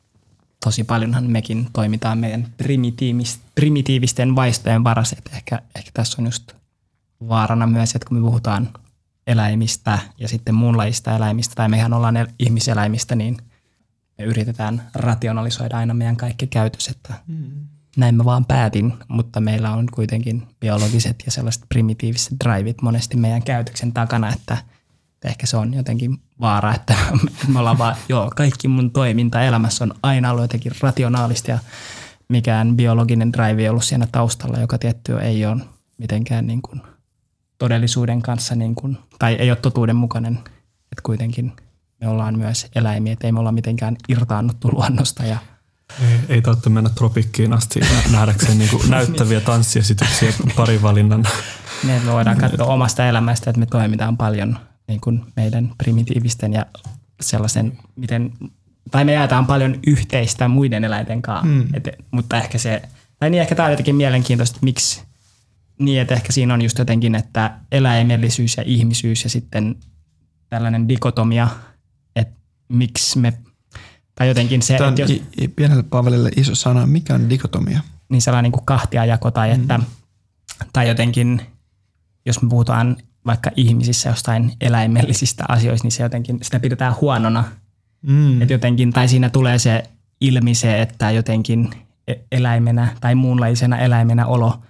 tosi paljonhan mekin toimitaan meidän primitiivisten vaistojen varassa. Että ehkä, ehkä tässä on just vaarana myös, että kun me puhutaan eläimistä ja sitten muunlajista eläimistä, tai mehän ollaan ihmiseläimistä, niin me yritetään rationalisoida aina meidän kaikki käytös, että mm. näin mä vaan päätin, mutta meillä on kuitenkin biologiset ja sellaiset primitiiviset drivit monesti meidän käytöksen takana, että ehkä se on jotenkin vaara, että me ollaan vaan, joo, kaikki mun toiminta elämässä on aina ollut jotenkin rationaalista ja mikään biologinen drive ei ollut siinä taustalla, joka tietty ei ole mitenkään niin kuin todellisuuden kanssa, niin kuin, tai ei ole totuuden mukainen, että kuitenkin me ollaan myös eläimiä, että ei me olla mitenkään irtaannuttu luonnosta. Ja ei, ei tarvitse mennä tropikkiin asti nähdäkseen niin kuin näyttäviä tanssiesityksiä parivalinnan. Me voidaan katsoa omasta elämästä, että me toimitaan paljon niin kuin meidän primitiivisten ja sellaisen, miten, tai me jaetaan paljon yhteistä muiden eläinten kanssa, mm. Et, mutta ehkä se, tai niin ehkä tämä on jotenkin mielenkiintoista, että miksi, niin että ehkä siinä on just jotenkin, että eläimellisyys ja ihmisyys ja sitten tällainen dikotomia, että miksi me, tai jotenkin se, tämä on että jos, i, pienelle Pavelille iso sana, mikä on dikotomia? Niin sellainen niin kuin kahtiajako tai, mm. että, tai jotenkin, jos me puhutaan vaikka ihmisissä jostain eläimellisistä asioista, niin se jotenkin, sitä pidetään huonona. Mm. Että jotenkin, tai siinä tulee se ilmi se, että jotenkin eläimenä tai muunlaisena eläimenä olo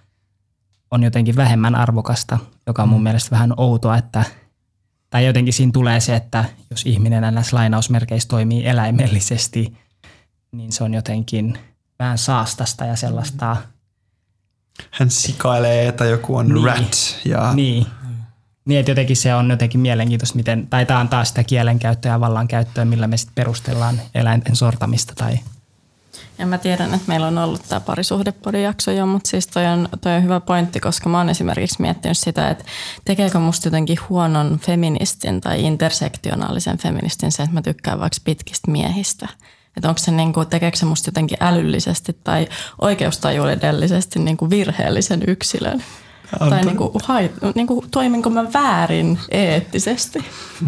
on jotenkin vähemmän arvokasta, joka on mun mielestä vähän outoa, että tai jotenkin siinä tulee se, että jos ihminen näissä lainausmerkeissä toimii eläimellisesti, niin se on jotenkin vähän saastasta ja sellaista. Hän sikailee, että joku on niin, rat. Ja niin. Niin, että jotenkin se on jotenkin mielenkiintoista, miten, tai tämä on taas sitä kielenkäyttöä ja vallankäyttöä, millä me sitten perustellaan eläinten sortamista. Tai. Ja mä tiedän, että meillä on ollut tämä parisuhdepodijakso jo, mutta siis toi on, toi on hyvä pointti, koska mä oon esimerkiksi miettinyt sitä, että tekeekö musta jotenkin huonon feministin tai intersektionaalisen feministin se, että mä tykkään vaikka pitkistä miehistä. Että onko se niinku, tekeekö se musta jotenkin älyllisesti tai oikeustajuudellisesti niinku virheellisen yksilön? Anton. Tai niinku, hait, niinku, toiminko mä väärin eettisesti?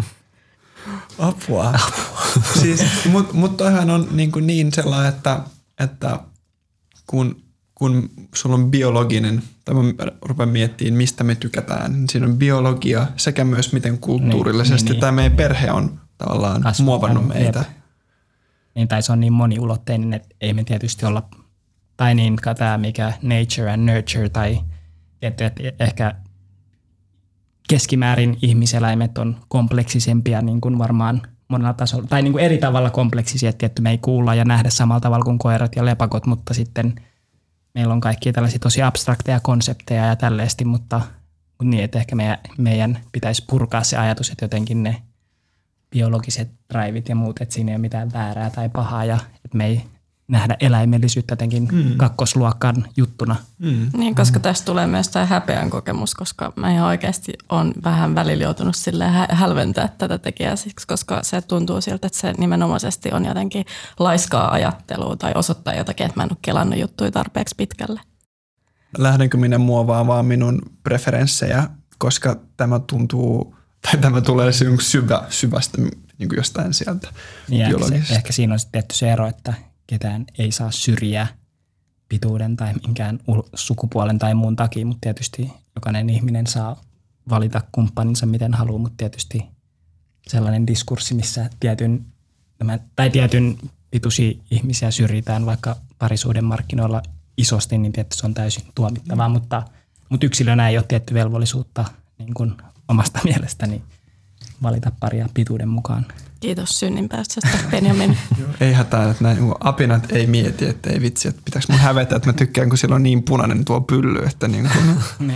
Apua. siis, Mutta mut toihan on niin, niin sellainen, että, että kun, kun sulla on biologinen, tai mä rupean miettimään, mistä me tykätään, niin siinä on biologia sekä myös miten kulttuurillisesti niin, niin, tämä meidän perhe on tavallaan kasvattanut muovannut meitä. Jep. Niin, tai se on niin moniulotteinen, että ei me tietysti olla, tai niin tämä mikä nature and nurture, tai että, että ehkä keskimäärin ihmiseläimet on kompleksisempia niin kuin varmaan monella tasolla, tai niin kuin eri tavalla kompleksisia, että me ei kuulla ja nähdä samalla tavalla kuin koirat ja lepakot, mutta sitten meillä on kaikkia tällaisia tosi abstrakteja konsepteja ja tälleesti, mutta, mutta niin, että ehkä meidän, meidän pitäisi purkaa se ajatus, että jotenkin ne biologiset drivit ja muut, että siinä ei ole mitään väärää tai pahaa ja että me ei nähdä eläimellisyyttä jotenkin mm. kakkosluokkan juttuna. Mm. Niin, koska tästä tulee myös tämä häpeän kokemus, koska mä ihan oikeasti on vähän välillä joutunut silleen hälventää tätä tekijää siksi, koska se tuntuu siltä, että se nimenomaisesti on jotenkin laiskaa ajattelua tai osoittaa jotakin, että mä en ole kelannut juttuja tarpeeksi pitkälle. Lähdenkö minä muovaamaan minun preferenssejä, koska tämä tuntuu, tai tämä tulee syvä, syvästä niin kuin jostain sieltä niin biologisesta. Ehkä siinä on sitten tietty se ero, että ketään ei saa syrjiä pituuden tai minkään sukupuolen tai muun takia, mutta tietysti jokainen ihminen saa valita kumppaninsa miten haluaa, mutta tietysti sellainen diskurssi, missä tietyn, tai tietyn pituisia ihmisiä syrjitään vaikka parisuuden markkinoilla isosti, niin tietysti se on täysin tuomittavaa, mm. mutta, mutta yksilönä ei ole tietty velvollisuutta niin kuin omasta mielestäni valita paria pituuden mukaan. Kiitos synninpäästöstä, Benjamin. Ei hätää, että näin apinat ei mieti, että ei vitsi, että pitääkö mun hävetä, että mä tykkään, kun sillä on niin punainen tuo pylly, että niin kuin.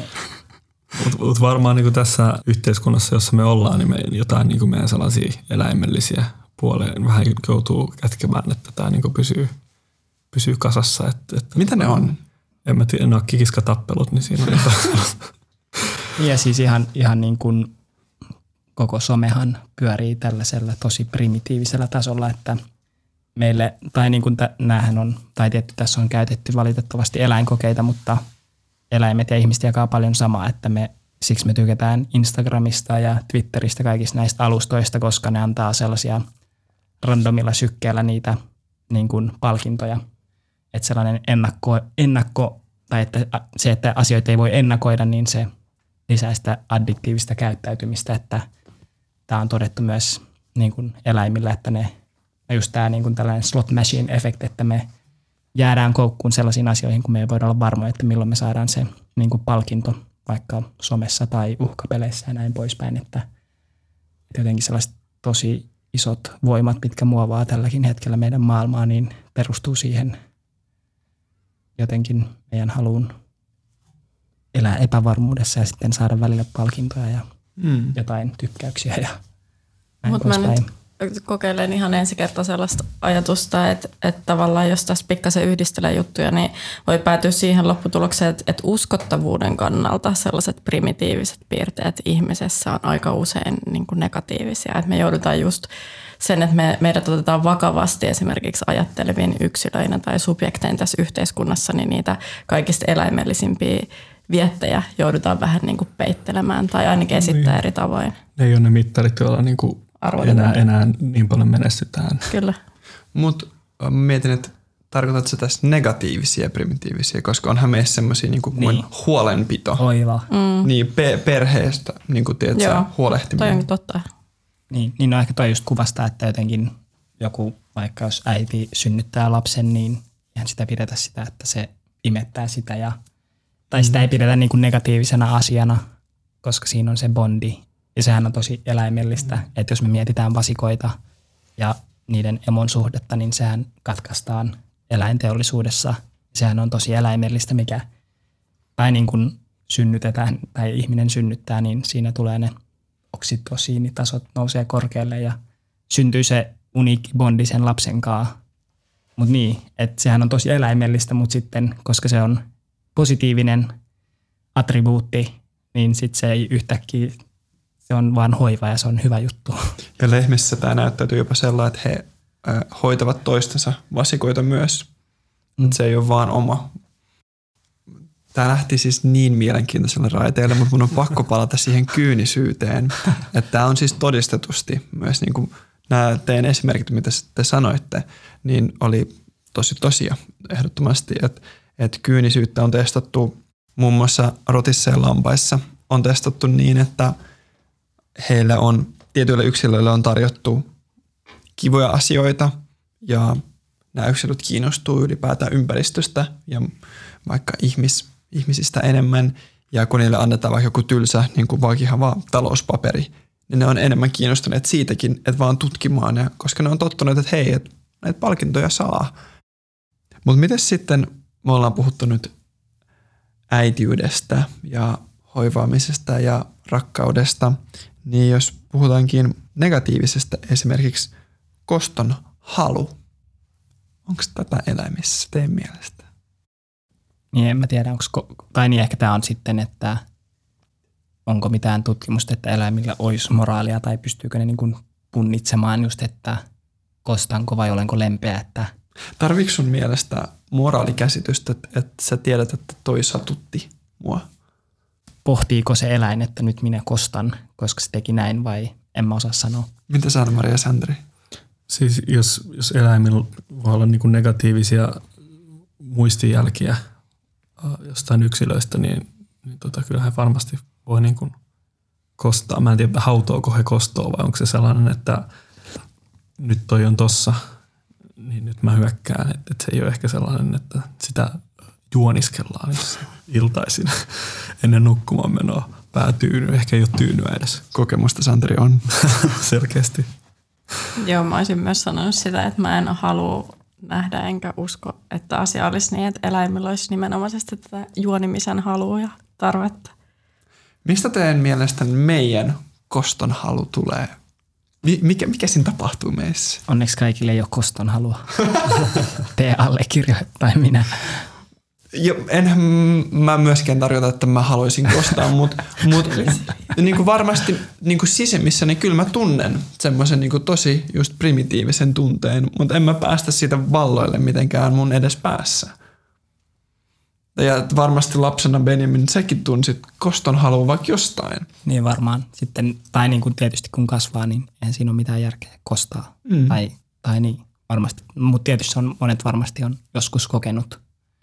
Mutta mut varmaan niin tässä yhteiskunnassa, jossa me ollaan, niin me jotain niin meidän sellaisia eläimellisiä puoleen vähän joutuu kätkemään, että tämä niin pysyy, pysyy kasassa. Että, että mitä ne on? En mä tiedä, ne on kikiskatappelut, niin siinä on jotain. Ja siis ihan, ihan niin kuin koko somehan pyörii tällaisella tosi primitiivisellä tasolla, että meille, tai niin kuin t- näähän on, tai tietty tässä on käytetty valitettavasti eläinkokeita, mutta eläimet ja ihmiset jakaa paljon samaa, että me, siksi me tykätään Instagramista ja Twitteristä kaikista näistä alustoista, koska ne antaa sellaisia randomilla sykkeellä niitä niin kuin palkintoja, että sellainen ennakko, ennakko tai että se, että asioita ei voi ennakoida, niin se lisää sitä addiktiivista käyttäytymistä, että tämä on todettu myös niin kuin eläimillä, että ne, just tämä niin kuin tällainen slot machine-efekti, että me jäädään koukkuun sellaisiin asioihin, kun me ei voida olla varmoja, että milloin me saadaan se niin kuin palkinto vaikka somessa tai uhkapeleissä ja näin poispäin, että jotenkin sellaiset tosi isot voimat, mitkä muovaa tälläkin hetkellä meidän maailmaa, niin perustuu siihen jotenkin meidän haluun elää epävarmuudessa ja sitten saada välillä palkintoja ja mm. jotain tykkäyksiä ja näin Mut poispäin. Mä nyt kokeilen ihan ensi kertaa sellaista ajatusta, että, että tavallaan jos tässä pikkasen yhdistelee juttuja, niin voi päätyä siihen lopputulokseen, että, että uskottavuuden kannalta sellaiset primitiiviset piirteet ihmisessä on aika usein niin kuin negatiivisia. Että me joudutaan just sen, että me, meidät otetaan vakavasti esimerkiksi ajattelevien yksilöinä tai subjekteina tässä yhteiskunnassa, niin niitä kaikista eläimellisimpiä viettejä joudutaan vähän niin kuin peittelemään tai ainakin esittää niin eri tavoin. Ne ei ole ne mittarit, joilla niin kuin enää, enää niin paljon menestytään. Kyllä. Mutta mietin, että tarkoitatko sä tässä negatiivisia ja primitiivisiä, koska onhan meissä semmoisia niin kuin niin. huolenpito. Oiva. Mm. Niin pe- perheestä niin kuin tiedät, joo, huolehtiminen. toi on totta. Niin, niin no ehkä toi just kuvastaa, että jotenkin joku, vaikka jos äiti synnyttää lapsen, niin eihän sitä pidetä sitä, että se imettää sitä ja tai sitä ei pidetä niin kuin negatiivisena asiana, koska siinä on se bondi. Ja sehän on tosi eläimellistä, että jos me mietitään vasikoita ja niiden emon suhdetta, niin sehän katkaistaan eläinteollisuudessa. Sehän on tosi eläimellistä, mikä tai niin kuin synnytetään tai ihminen synnyttää, niin siinä tulee ne oksitosiinitasot nousee korkealle ja syntyy se uniikki bondi sen lapsen kanssa. Mutta niin, että sehän on tosi eläimellistä, mutta sitten koska se on positiivinen attribuutti, niin sitten se ei yhtäkkiä, se on vaan hoiva ja se on hyvä juttu. Ja lehmissä tämä näyttäytyy jopa sellainen, että he äh, hoitavat toistensa vasikoita myös. Mm. Se ei ole vaan oma. Tämä lähti siis niin mielenkiintoiselle raiteelle, mutta mun on pakko palata siihen kyynisyyteen. Että tämä on siis todistetusti myös niin kuin nämä teidän esimerkit, mitä te sanoitte, niin oli tosi tosia ehdottomasti, että että kyynisyyttä on testattu muun muassa rotissa ja lampaissa. On testattu niin, että heillä on, tietyille yksilöille on tarjottu kivoja asioita ja nämä yksilöt kiinnostuu ylipäätään ympäristöstä ja vaikka ihmis, ihmisistä enemmän. Ja kun niille annetaan vaikka joku tylsä, niin kuin vaikka ihan vaan talouspaperi, niin ne on enemmän kiinnostuneet siitäkin, että vaan tutkimaan, ja koska ne on tottuneet, että hei, että näitä palkintoja saa. Mutta miten sitten me ollaan puhuttu nyt äitiydestä ja hoivaamisesta ja rakkaudesta, niin jos puhutaankin negatiivisesta, esimerkiksi koston halu, onko tätä eläimissä teidän mielestä? Niin en mä tiedä, onko, tai niin ehkä tämä on sitten, että onko mitään tutkimusta, että eläimillä olisi moraalia tai pystyykö ne niin kuin punnitsemaan just, että kostanko vai olenko lempeä. Että tarviiko sun mielestä moraalikäsitystä, että, että sä tiedät, että toi satutti mua? Pohtiiko se eläin, että nyt minä kostan, koska se teki näin vai en mä osaa sanoa. Mitä sä Anna-Maria Sandri? Siis jos, jos eläimillä voi olla niin kuin negatiivisia muistijälkiä jostain yksilöistä, niin, niin tota, kyllähän varmasti voi niin kuin kostaa. Mä en tiedä, hautoako he kostoa vai onko se sellainen, että nyt toi on tossa, niin nyt mä hyökkään. Että et se ei ole ehkä sellainen, että sitä juoniskellaan jossain iltaisin ennen nukkumaan menoa. Päätyyny, ehkä ei ole tyynyä edes. Kokemusta Santeri on. Selkeästi. Joo, mä olisin myös sanonut sitä, että mä en halua nähdä enkä usko, että asia olisi niin, että eläimillä olisi nimenomaisesti tätä juonimisen halua ja tarvetta. Mistä teidän mielestä meidän koston halu tulee? Mikä, mikä siinä tapahtuu meissä? Onneksi kaikille ei ole koston halua. Tee allekirjoittaa minä. Jo, enhän mä myöskään tarkoita, että mä haluaisin kostaa, mutta mut, niin varmasti niin sisemmissä niin kyllä mä tunnen semmoisen niin tosi just primitiivisen tunteen, mutta en mä päästä siitä valloille mitenkään mun edes päässä. Ja varmasti lapsena Benjamin säkin tunsit koston halua vaikka jostain. Niin varmaan. Sitten, tai niin kuin tietysti kun kasvaa, niin eihän siinä ole mitään järkeä kostaa. Mm. Tai, tai niin, varmasti. Mutta tietysti on, monet varmasti on joskus kokenut.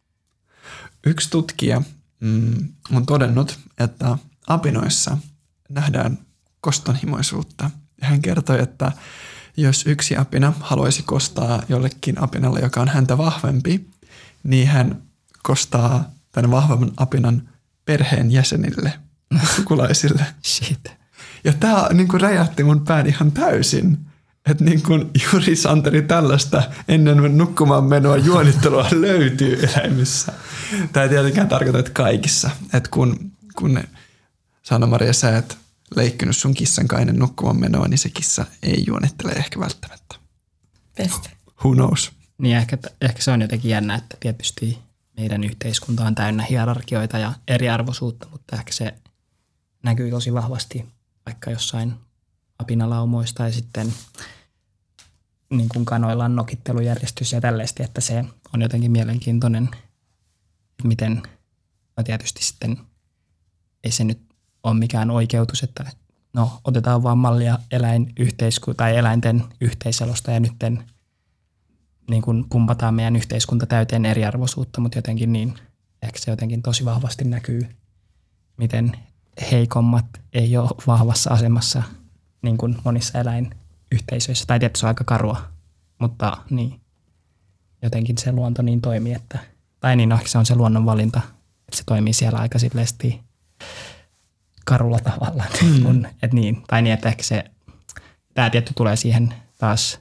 Yksi tutkija mm, on todennut, että apinoissa nähdään kostonhimoisuutta. Hän kertoi, että jos yksi apina haluaisi kostaa jollekin apinalle, joka on häntä vahvempi, niin hän kostaa tämän vahvemman apinan perheen jäsenille, sukulaisille. Shit. Ja tämä niin kuin räjähti mun pään ihan täysin. Että niin kuin juuri Santeri tällaista ennen nukkumaan menoa juonittelua löytyy eläimissä. Tämä ei tietenkään tarkoita, että kaikissa. Että kun, kun Sanna-Maria, sä et leikkynyt sun kissan kanssa ennen nukkumaan menoa, niin se kissa ei juonittele ehkä välttämättä. Peste. Who knows? Niin ehkä, ehkä se on jotenkin jännä, että tietysti meidän yhteiskunta on täynnä hierarkioita ja eriarvoisuutta, mutta ehkä se näkyy tosi vahvasti vaikka jossain apinalaumoista ja sitten niin kuin kanoilla on nokittelujärjestys ja tällaista, että se on jotenkin mielenkiintoinen, miten no tietysti sitten ei se nyt ole mikään oikeutus, että no otetaan vaan mallia eläinyhteisku- tai eläinten yhteiselosta ja nytten niin kuin pumpataan meidän yhteiskunta täyteen eriarvoisuutta, mutta jotenkin niin, ehkä se jotenkin tosi vahvasti näkyy, miten heikommat ei ole vahvassa asemassa niin kuin monissa eläinyhteisöissä. Tai tietysti se on aika karua, mutta niin, jotenkin se luonto niin toimii, että, tai niin, no, se on se luonnon valinta, että se toimii siellä aika silleesti karulla tavalla. Mm. Kun, et niin, tai niin, että ehkä se, tämä tietty tulee siihen taas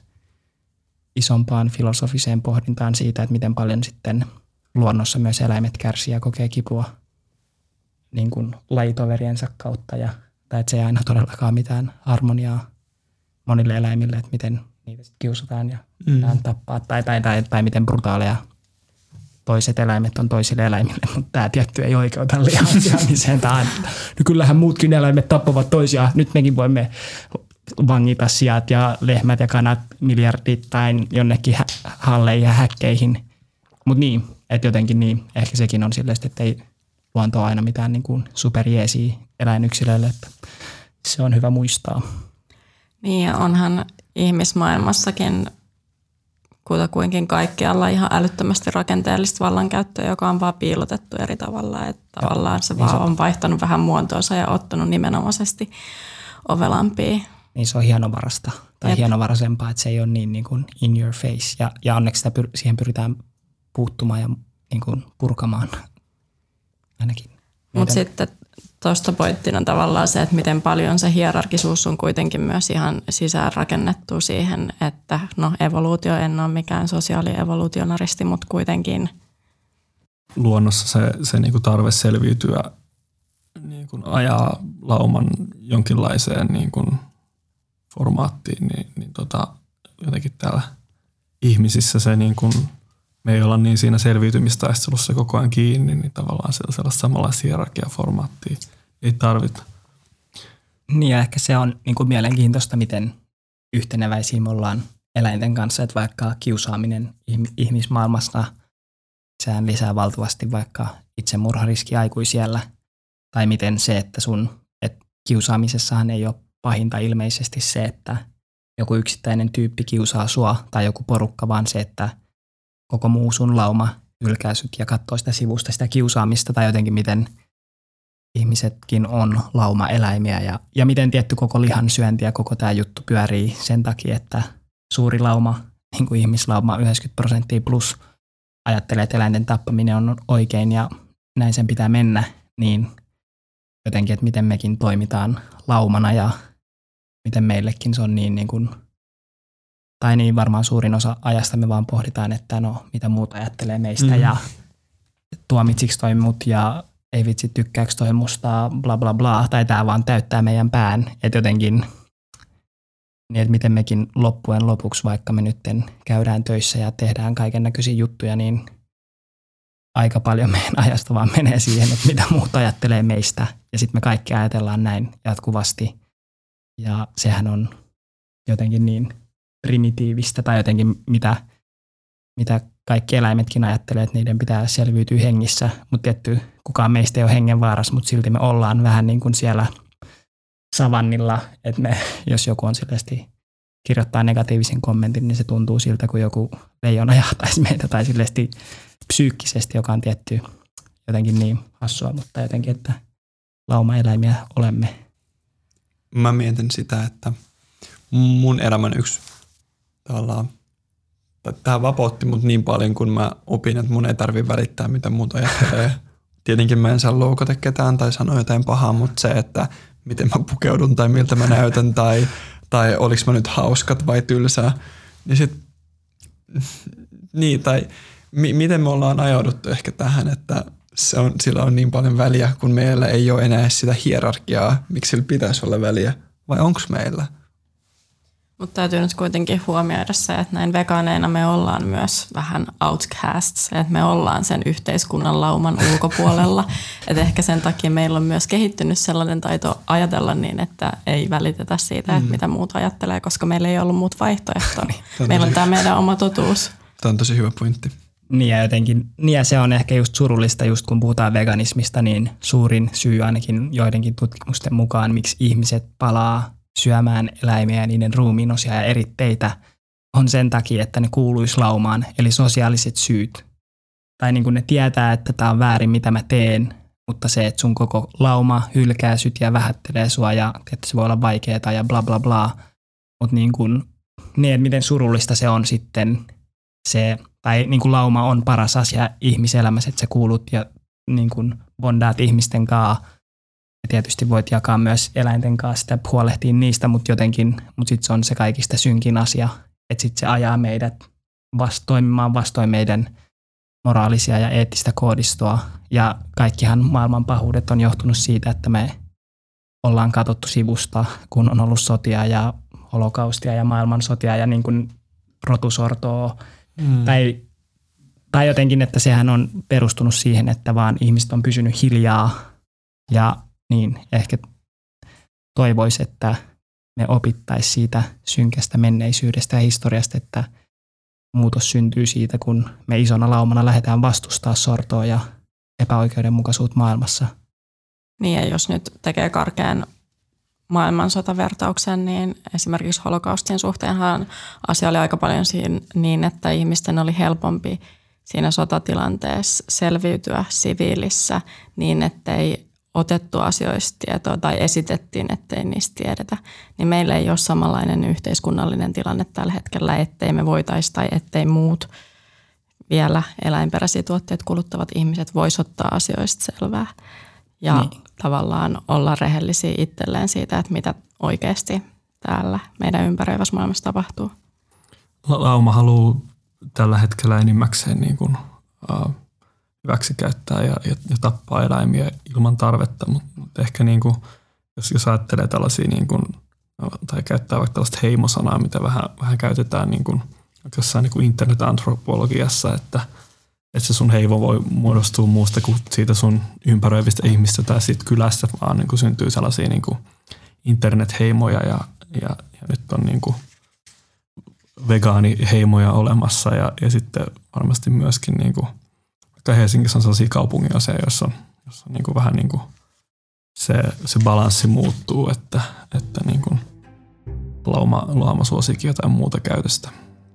isompaan filosofiseen pohdintaan siitä, että miten paljon sitten luonnossa myös eläimet kärsii ja kokee kipua niin kuin lajitoveriensa kautta. Ja, tai että se ei aina todellakaan mitään harmoniaa monille eläimille, että miten niitä sitten kiusataan ja mm. tappaa. Tai, tai, tai, tai miten brutaaleja toiset eläimet on toisille eläimille, mutta tämä tietty ei oikeuta lihaasiamiseen. No kyllähän muutkin eläimet tappavat toisiaan. Nyt mekin voimme vangita siat ja lehmät ja kanat miljardittain jonnekin hä- halleihin ja häkkeihin. Mutta niin, että jotenkin niin, ehkä sekin on silleen, että ei luonto ole aina mitään niin kuin superjeesiä eläinyksilöille, että se on hyvä muistaa. Niin ja onhan ihmismaailmassakin kutakuinkin kaikkialla ihan älyttömästi rakenteellista vallankäyttöä, joka on vaan piilotettu eri tavalla. Että ja, tavallaan se niin vaan se on vaihtanut vähän muotoonsa ja ottanut nimenomaisesti ovelampia. Niin se on hienovarasta tai Jep. hienovaraisempaa, että se ei ole niin, niin kuin in your face. Ja, ja onneksi sitä pyr- siihen pyritään puuttumaan ja niin kuin purkamaan ainakin. Mutta sitten tuosta pointtina tavallaan se, että miten paljon se hierarkisuus on kuitenkin myös ihan sisäänrakennettu siihen, että no evoluutio en ole mikään sosiaalievoluutionaristi, mutta kuitenkin luonnossa se, se niin kuin tarve selviytyä niin kuin ajaa lauman jonkinlaiseen niin kuin formaattiin, niin, niin tota, jotenkin täällä ihmisissä se, niin kuin, me ei olla niin siinä selviytymistaistelussa koko ajan kiinni, niin tavallaan sellaista samanlaista hierarkiaformaattia ei tarvita. Niin ja ehkä se on niin kuin mielenkiintoista, miten yhteneväisiä me ollaan eläinten kanssa, että vaikka kiusaaminen ihmismaailmassa, sehän lisää valtavasti vaikka itsemurhariski aikuisiellä, tai miten se, että sun että kiusaamisessahan ei ole pahinta ilmeisesti se, että joku yksittäinen tyyppi kiusaa sua tai joku porukka, vaan se, että koko muu sun lauma hylkää sut ja katsoo sitä sivusta sitä kiusaamista tai jotenkin miten ihmisetkin on laumaeläimiä ja, ja miten tietty koko lihansyönti ja koko tämä juttu pyörii sen takia, että suuri lauma, niin kuin ihmislauma yhdeksänkymmentä prosenttia plus ajattelee, että eläinten tappaminen on oikein ja näin sen pitää mennä, niin jotenkin, että miten mekin toimitaan laumana ja miten meillekin se on niin, niin kuin, tai niin varmaan suurin osa ajasta me vaan pohditaan, että no mitä muut ajattelee meistä mm-hmm. ja tuomitsiksi toi mut ja ei vitsi tykkääkö toi musta bla bla bla, tai tää vaan täyttää meidän pään, että jotenkin, niin että miten mekin loppujen lopuksi, vaikka me nyt käydään töissä ja tehdään kaiken näköisiä juttuja, niin aika paljon meidän ajasta vaan menee siihen, että mitä muut ajattelee meistä, ja sitten me kaikki ajatellaan näin jatkuvasti, ja sehän on jotenkin niin primitiivistä, tai jotenkin mitä, mitä kaikki eläimetkin ajattelee, että niiden pitää selviytyä hengissä, mutta tietty kukaan meistä ei ole hengenvaarassa, mutta silti me ollaan vähän niin kuin siellä savannilla, että me, jos joku on silleen kirjoittaa negatiivisen kommentin, niin se tuntuu siltä, kun joku leijona jahtaisi meitä, tai silleen psyykkisesti, joka on tietty jotenkin niin hassua, mutta jotenkin, että laumaeläimiä olemme. Mä mietin sitä, että mun elämän yksi tavallaan, tämä vapautti mut niin paljon, kun mä opin, että mun ei tarvitse välittää, mitä muut ajattelee. Tietenkin mä en saa loukata ketään tai sanoa jotain pahaa, mutta se, että miten mä pukeudun tai miltä mä näytän tai, tai oliks mä nyt hauskat vai tylsää, niin sit, niin, tai mi- miten me ollaan ajauduttu ehkä tähän, että se on, sillä on niin paljon väliä, kun meillä ei ole enää sitä hierarkiaa, miksi sillä pitäisi olla väliä, vai onko meillä? Mutta täytyy nyt kuitenkin huomioida se, että näin vegaaneina me ollaan myös vähän outcasts, että me ollaan sen yhteiskunnan lauman ulkopuolella. Että ehkä sen takia meillä on myös kehittynyt sellainen taito ajatella niin, että ei välitetä siitä, että mm. mitä muut ajattelee, koska meillä ei ollut muut vaihtoehtoa. Meillä on tämä meidän oma totuus. Tämä on tosi hyvä pointti. Niin ja jotenkin, niin ja se on ehkä just surullista, just kun puhutaan veganismista, niin suurin syy ainakin joidenkin tutkimusten mukaan, miksi ihmiset palaa syömään eläimiä ja niiden ruumiinosia ja eritteitä, on sen takia, että ne kuuluisi laumaan, eli sosiaaliset syyt. Tai niin kuin ne tietää, että tämä on väärin, mitä mä teen, mutta se, että sun koko lauma hylkää syt ja vähättelee sua ja että se voi olla vaikeaa ja bla bla bla. Mutta niin kuin, niin, että miten surullista se on sitten se, tai niin kuin lauma on paras asia ihmiselämässä, että sä kuulut ja niin kuin bondaat ihmisten kanssa. Ja tietysti voit jakaa myös eläinten kanssa sitä, huolehtia niistä, mutta jotenkin, mutta sitten se on se kaikista synkin asia, että sitten se ajaa meidät vast, toimimaan vastoin meidän moraalisia ja eettistä koodistoa. Ja kaikkihan maailman pahuudet on johtunut siitä, että me ollaan katsottu sivusta, kun on ollut sotia ja holokaustia ja maailmansotia ja niin kuin rotusortoa. Mm. Tai, tai jotenkin, että sehän on perustunut siihen, että vaan ihmiset on pysynyt hiljaa ja niin ehkä toivoisi, että me opittaisiin siitä synkästä menneisyydestä ja historiasta, että muutos syntyy siitä, kun me isona laumana lähdetään vastustaa sortoa ja epäoikeudenmukaisuutta maailmassa. Niin ja jos nyt tekee karkean maailmansotavertauksen, niin esimerkiksi holokaustin suhteenhan asia oli aika paljon siinä niin, että ihmisten oli helpompi siinä sotatilanteessa selviytyä siviilissä niin, ettei otettu asioista tietoa tai esitettiin, ettei niistä tiedetä, niin meillä ei ole samanlainen yhteiskunnallinen tilanne tällä hetkellä, ettei me voitaisi tai ettei muut vielä eläinperäisiä tuotteet kuluttavat ihmiset vois ottaa asioista selvää ja niin. tavallaan olla rehellisiä itselleen siitä, että mitä oikeasti täällä meidän ympäröivässä maailmassa tapahtuu. Lauma haluaa tällä hetkellä enimmäkseen niin kuin, uh, hyväksi käyttää ja, ja, ja tappaa eläimiä ilman tarvetta, mutta mut ehkä niin kuin, jos, jos ajattelee tällaisia niin kuin, tai käyttää vaikka tällaista heimosanaa, mitä vähän, vähän käytetään niin kuin, jossain niin kuin internet-antropologiassa, että, että se sun heimo voi muodostua muusta kuin siitä sun ympäröivistä ihmistä tai siitä kylästä, vaan niin kuin syntyy sellaisia niin kuin internet-heimoja ja, ja, ja nyt on niin kuin vegaaniheimoja olemassa ja, ja sitten varmasti myöskin niin kuin, vaikka Helsingissä on sellaisia kaupunginosia, joissa on, jossa on niin kuin vähän niin kuin se, se balanssi muuttuu, että, että niin kuin lauma, lauma suosikin jotain muuta käytöstä.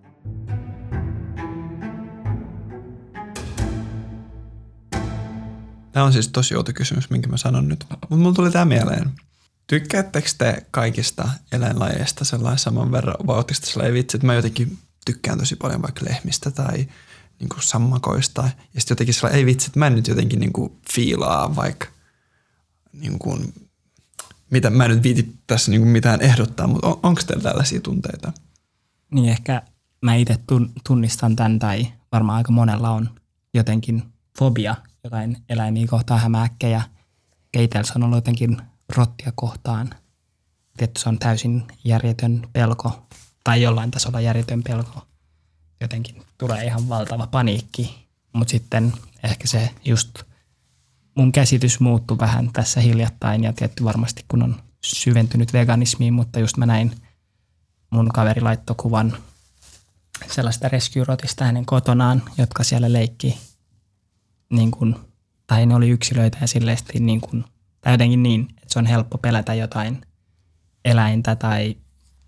Tämä on siis tosi outo kysymys, minkä mä sanon nyt. Mutta mulla tuli tämä mieleen. Tykkäättekö te kaikista eläinlajeista sellainen saman verran, vai ootteko sellainen vitsi, että mä jotenkin tykkään tosi paljon vaikka lehmistä tai niin kuin sammakoista. Ja sitten jotenkin sellainen, ei vitsi, että mä en nyt jotenkin niin kuin fiilaa vaikka, niin kuin, mitä, mä en nyt viiti tässä niin kuin mitään ehdottaa, mutta on, onko teillä tällaisia tunteita? Niin ehkä mä itse tunnistan tämän, tai varmaan aika monella on jotenkin fobia jotain eläimiä kohtaan, hämähäkkejä. Keitels on ollut jotenkin rottia kohtaan. Tietty se on täysin järjetön pelko, tai jollain tasolla järjetön pelko. Jotenkin tulee ihan valtava paniikki, mutta sitten ehkä se just mun käsitys muuttui vähän tässä hiljattain, ja tietty varmasti kun on syventynyt veganismiin, mutta just mä näin mun kaveri laittoi kuvan sellaista rescue-rotista hänen kotonaan, jotka siellä leikki, niin kuin, tai ne oli yksilöitä ja silleesti niin kuin, tai jotenkin niin, että se on helppo pelätä jotain eläintä tai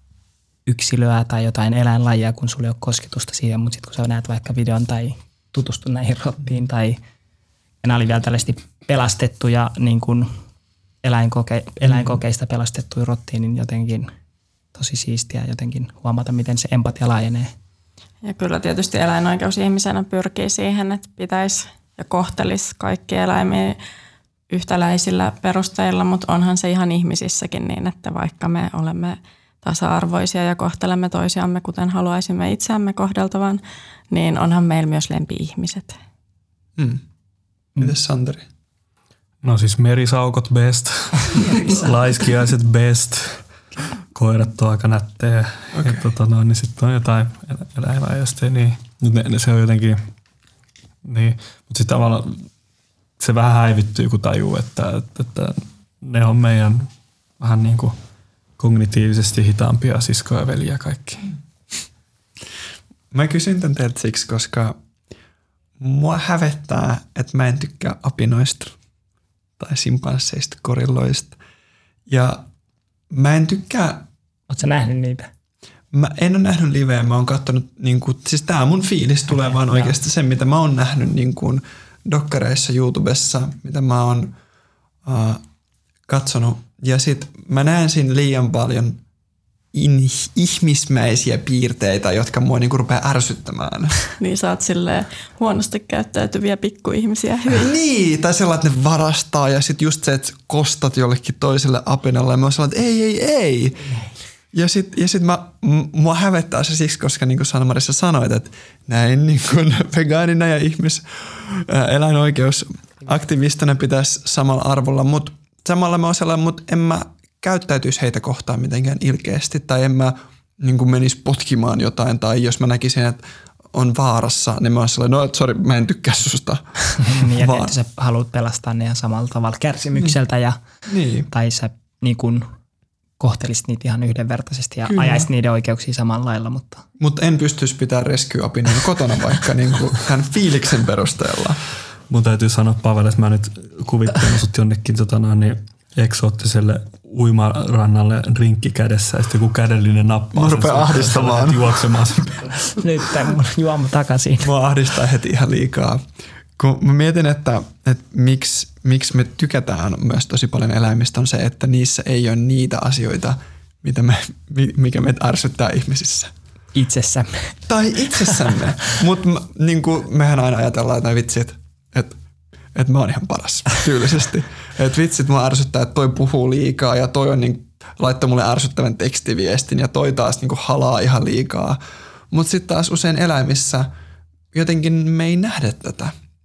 yksilöä tai jotain eläinlajia, kun sulla ei ole kosketusta siihen, mutta sitten kun sä näet vaikka videon tai tutustu näihin rottiin tai ja nämä oli vielä tällaisesti pelastettuja niin kuin eläinkoke, eläinkokeista pelastettuja rottiin, niin jotenkin tosi siistiä jotenkin huomata, miten se empatia laajenee. Ja kyllä tietysti eläinoikeusihmisenä pyrkii siihen, että pitäisi ja kohtelisi kaikki eläimiä yhtäläisillä perusteilla, mutta onhan se ihan ihmisissäkin niin, että vaikka me olemme tasa-arvoisia ja kohtelemme toisiamme, kuten haluaisimme itseämme kohdeltavan, niin onhan meillä myös lempi-ihmiset. Mm. Mites Santeri? No siis merisaukot best, laiskiaiset best, koirat on aika nättejä. Okay. Ja tota no, niin sitten on jotain eläinlajeista, niin ne, ne, se on jotenkin, niin, mutta sitten tavallaan se vähän häivittyy, kun tajuu, että, että, että ne on meidän vähän niin kuin kognitiivisesti hitaampia siskoja ja veliä kaikki. Mä kysyn tän teiltä siksi, koska mua hävettää, että mä en tykkää apinoista tai simpansseista, gorilloista. Ja mä en tykkää... Ootko sä nähnyt niitä? Mä en ole nähnyt liveä, mä oon katsonut, niin kuin, siis tää mun fiilis tulee okay, vaan oikeasti se, mitä mä oon nähnyt niin kuin dokkareissa YouTubessa, mitä mä oon uh, katsonut. Ja sit mä näen siinä liian paljon in, ihmismäisiä piirteitä, jotka mua niinku rupeaa ärsyttämään. Niin sä oot silleen huonosti käyttäytyviä pikkuihmisiä. Niin, tai sellainen, että ne varastaa ja sit just se, että kostat jollekin toiselle apinalle ja mä oon sellainen, että ei, ei, ei. Ja sit, ja sit mä, mua hävettää se siksi, koska niin kuin Sanna-Marissa sanoit, että näin niin kuin vegaanina ja ihmis ää, eläinoikeusaktivistina pitäisi samalla arvolla, mutta samalla mä oon sellainen, mutta en mä käyttäytyisi heitä kohtaan mitenkään ilkeästi tai en mä niin kuin menisi potkimaan jotain tai jos mä näkisin, että on vaarassa, niin mä oon sellainen, no sori, mä en tykkää susta. Niin, että et sä haluat pelastaa ne ihan samalla tavalla kärsimykseltä ja, niin. tai sä niin kuin kohtelisit niitä ihan yhdenvertaisesti ja Kyllä. ajaisit niiden oikeuksia samalla lailla. Mutta Mut en pystyisi pitämään rescue-apina kotona vaikka niin kuin tämän fiiliksen perusteella. Mun täytyy sanoa, Pavel, että mä nyt kuvittelen sut jonnekin tota noin, niin eksoottiselle uimarannalle drinkki kädessä ja sitten joku kädellinen nappaa. Mä rupean ahdistamaan. Juoksemaan sen nyt tämän juoma takaisin. Mua ahdistaa heti ihan liikaa. Kun mä mietin, että, että miksi, miksi me tykätään myös tosi paljon eläimistä on se, että niissä ei ole niitä asioita, mitä me, mikä meitä ärsyttää ihmisissä. Itsessämme. Tai itsessämme. Mutta niin mehän aina ajatellaan, että vitsi, että, että, että mä oon ihan paras tyylisesti. Että vitsi, että mua ärsyttää, että toi puhuu liikaa ja toi on niin, laittoi mulle ärsyttävän tekstiviestin ja toi taas niin halaa ihan liikaa. Mutta sitten taas usein eläimissä jotenkin me ei nähdä tätä.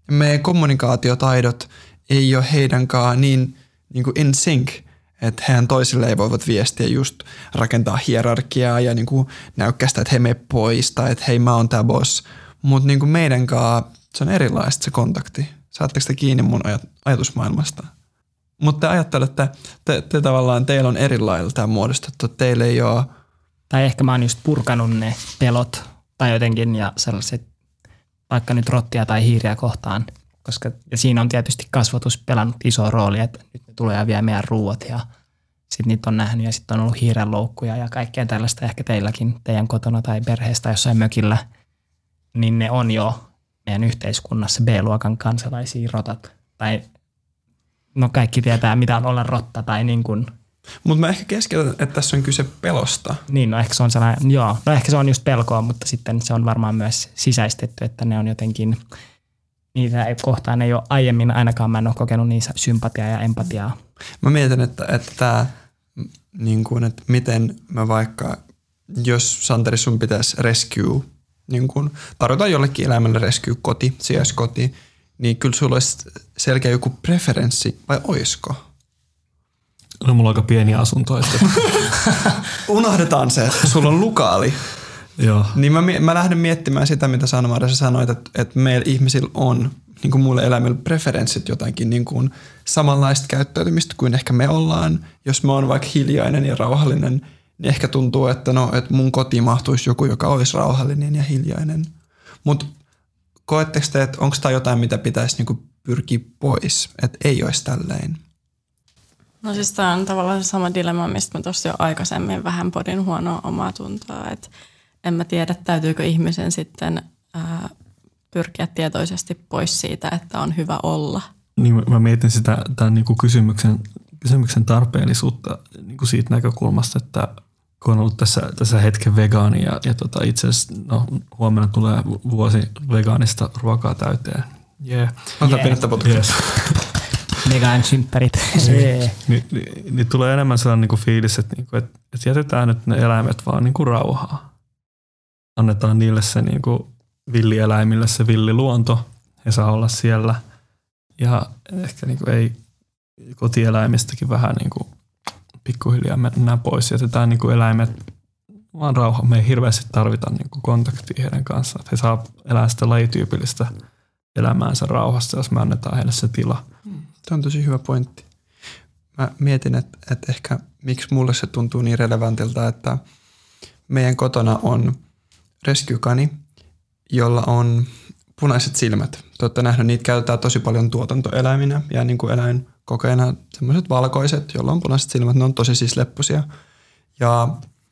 Meidän kommunikaatiotaidot ei ole heidänkaan niin, niin kuin in sync, että heidän toisilleen voivat viestiä just rakentaa hierarkiaa ja niin kuin näykkäistä, että hei mene pois tai että hei mä oon tää boss. Mutta niin meidänkaan se on erilaista se kontakti. Saatteko te kiinni mun aj- ajatusmaailmasta? Mutta te ajattelette, te, te tavallaan teillä on erilailla tämä muodostettu. Teillä ei ole... Tai ehkä mä oon just purkanut ne pelot tai jotenkin ja sellaiset, vaikka nyt rottia tai hiiriä kohtaan. Koska, ja siinä on tietysti kasvatus pelannut iso rooli, että nyt ne tulee ja vie meidän ruuat ja sitten niitä on nähnyt ja sitten on ollut hiirenloukkuja ja kaikkea tällaista ehkä teilläkin teidän kotona tai perheestä jossain mökillä. Niin ne on jo meidän yhteiskunnassa B-luokan kansalaisia rotat. Tai no kaikki tietää mitä on olla rotta tai niin kuin. Mutta mä ehkä keskitän, että tässä on kyse pelosta. Niin, no ehkä se on sellainen, joo, no ehkä se on just pelkoa, mutta sitten se on varmaan myös sisäistetty, että ne on jotenkin, niitä ei kohtaan ei ole aiemmin, ainakaan mä en ole kokenut niissä sympatiaa ja empatiaa. Mä mietin, että, että tämä, niin kuin, että miten mä vaikka, jos Santeri sun pitäisi rescue, niin kuin tarjotaan jollekin eläimelle rescue-koti, sijaiskoti, niin kyllä sulla olisi selkeä joku preferenssi, vai oisko? No mulla on aika pieni asunto. Että... Unohdetaan se, että sulla on lukaali. Joo. Niin mä, mä lähden miettimään sitä, mitä Sanna-Maria sä sanoit, että, että meillä ihmisillä on, niin kuin muille eläimille, preferenssit jotakin niin kuin samanlaista käyttäytymistä kuin ehkä me ollaan. Jos mä oon vaikka hiljainen ja rauhallinen, niin ehkä tuntuu, että, no, että mun kotiin mahtuisi joku, joka olisi rauhallinen ja hiljainen. Mutta koetteko te, että onko tämä jotain, mitä pitäisi niin kuin pyrkiä pois, että ei olisi tälleen? No siis tämä on tavallaan se sama dilemma, mistä mä tuossa jo aikaisemmin vähän podin huonoa omaa tuntoa, että en mä tiedä, täytyykö ihmisen sitten ää, pyrkiä tietoisesti pois siitä, että on hyvä olla. Niin mä mietin sitä tämän niin kuin kysymyksen, kysymyksen tarpeellisuutta niin kuin siitä näkökulmasta, että kun on ollut tässä, tässä hetken vegaani ja, ja tota itse asiassa no, huomenna tulee vuosi vegaanista ruokaa täyteen. Yeah. Ota pienet taputukset. Yes. Vegan symppärit. Niin, niin, niin, niin tulee enemmän sellainen niin kuin fiilis, että, niin kuin, että, että jätetään nyt ne eläimet vaan niin kuin rauhaa. Annetaan niille se niin kuin villieläimille se villiluonto. He saa olla siellä. Ja ehkä niin kuin ei kotieläimistäkin vähän niin kuin pikkuhiljaa mennään pois. Jätetään niin kuin eläimet vaan rauha. Me ei hirveästi tarvita niin kuin kontaktia heidän kanssaan. Että he saa elää sitä lajityypillistä elämäänsä rauhassa, jos me annetaan heille se tila. Tämä on tosi hyvä pointti. Mä mietin, että, että ehkä miksi mulle se tuntuu niin relevantilta, että meidän kotona on rescue-kani, jolla on punaiset silmät. Te olette nähneet, niitä käytetään tosi paljon tuotantoeläiminä ja niin kuin eläinkokeina semmoiset valkoiset, joilla on punaiset silmät. Ne on tosi siis lepposia. Ja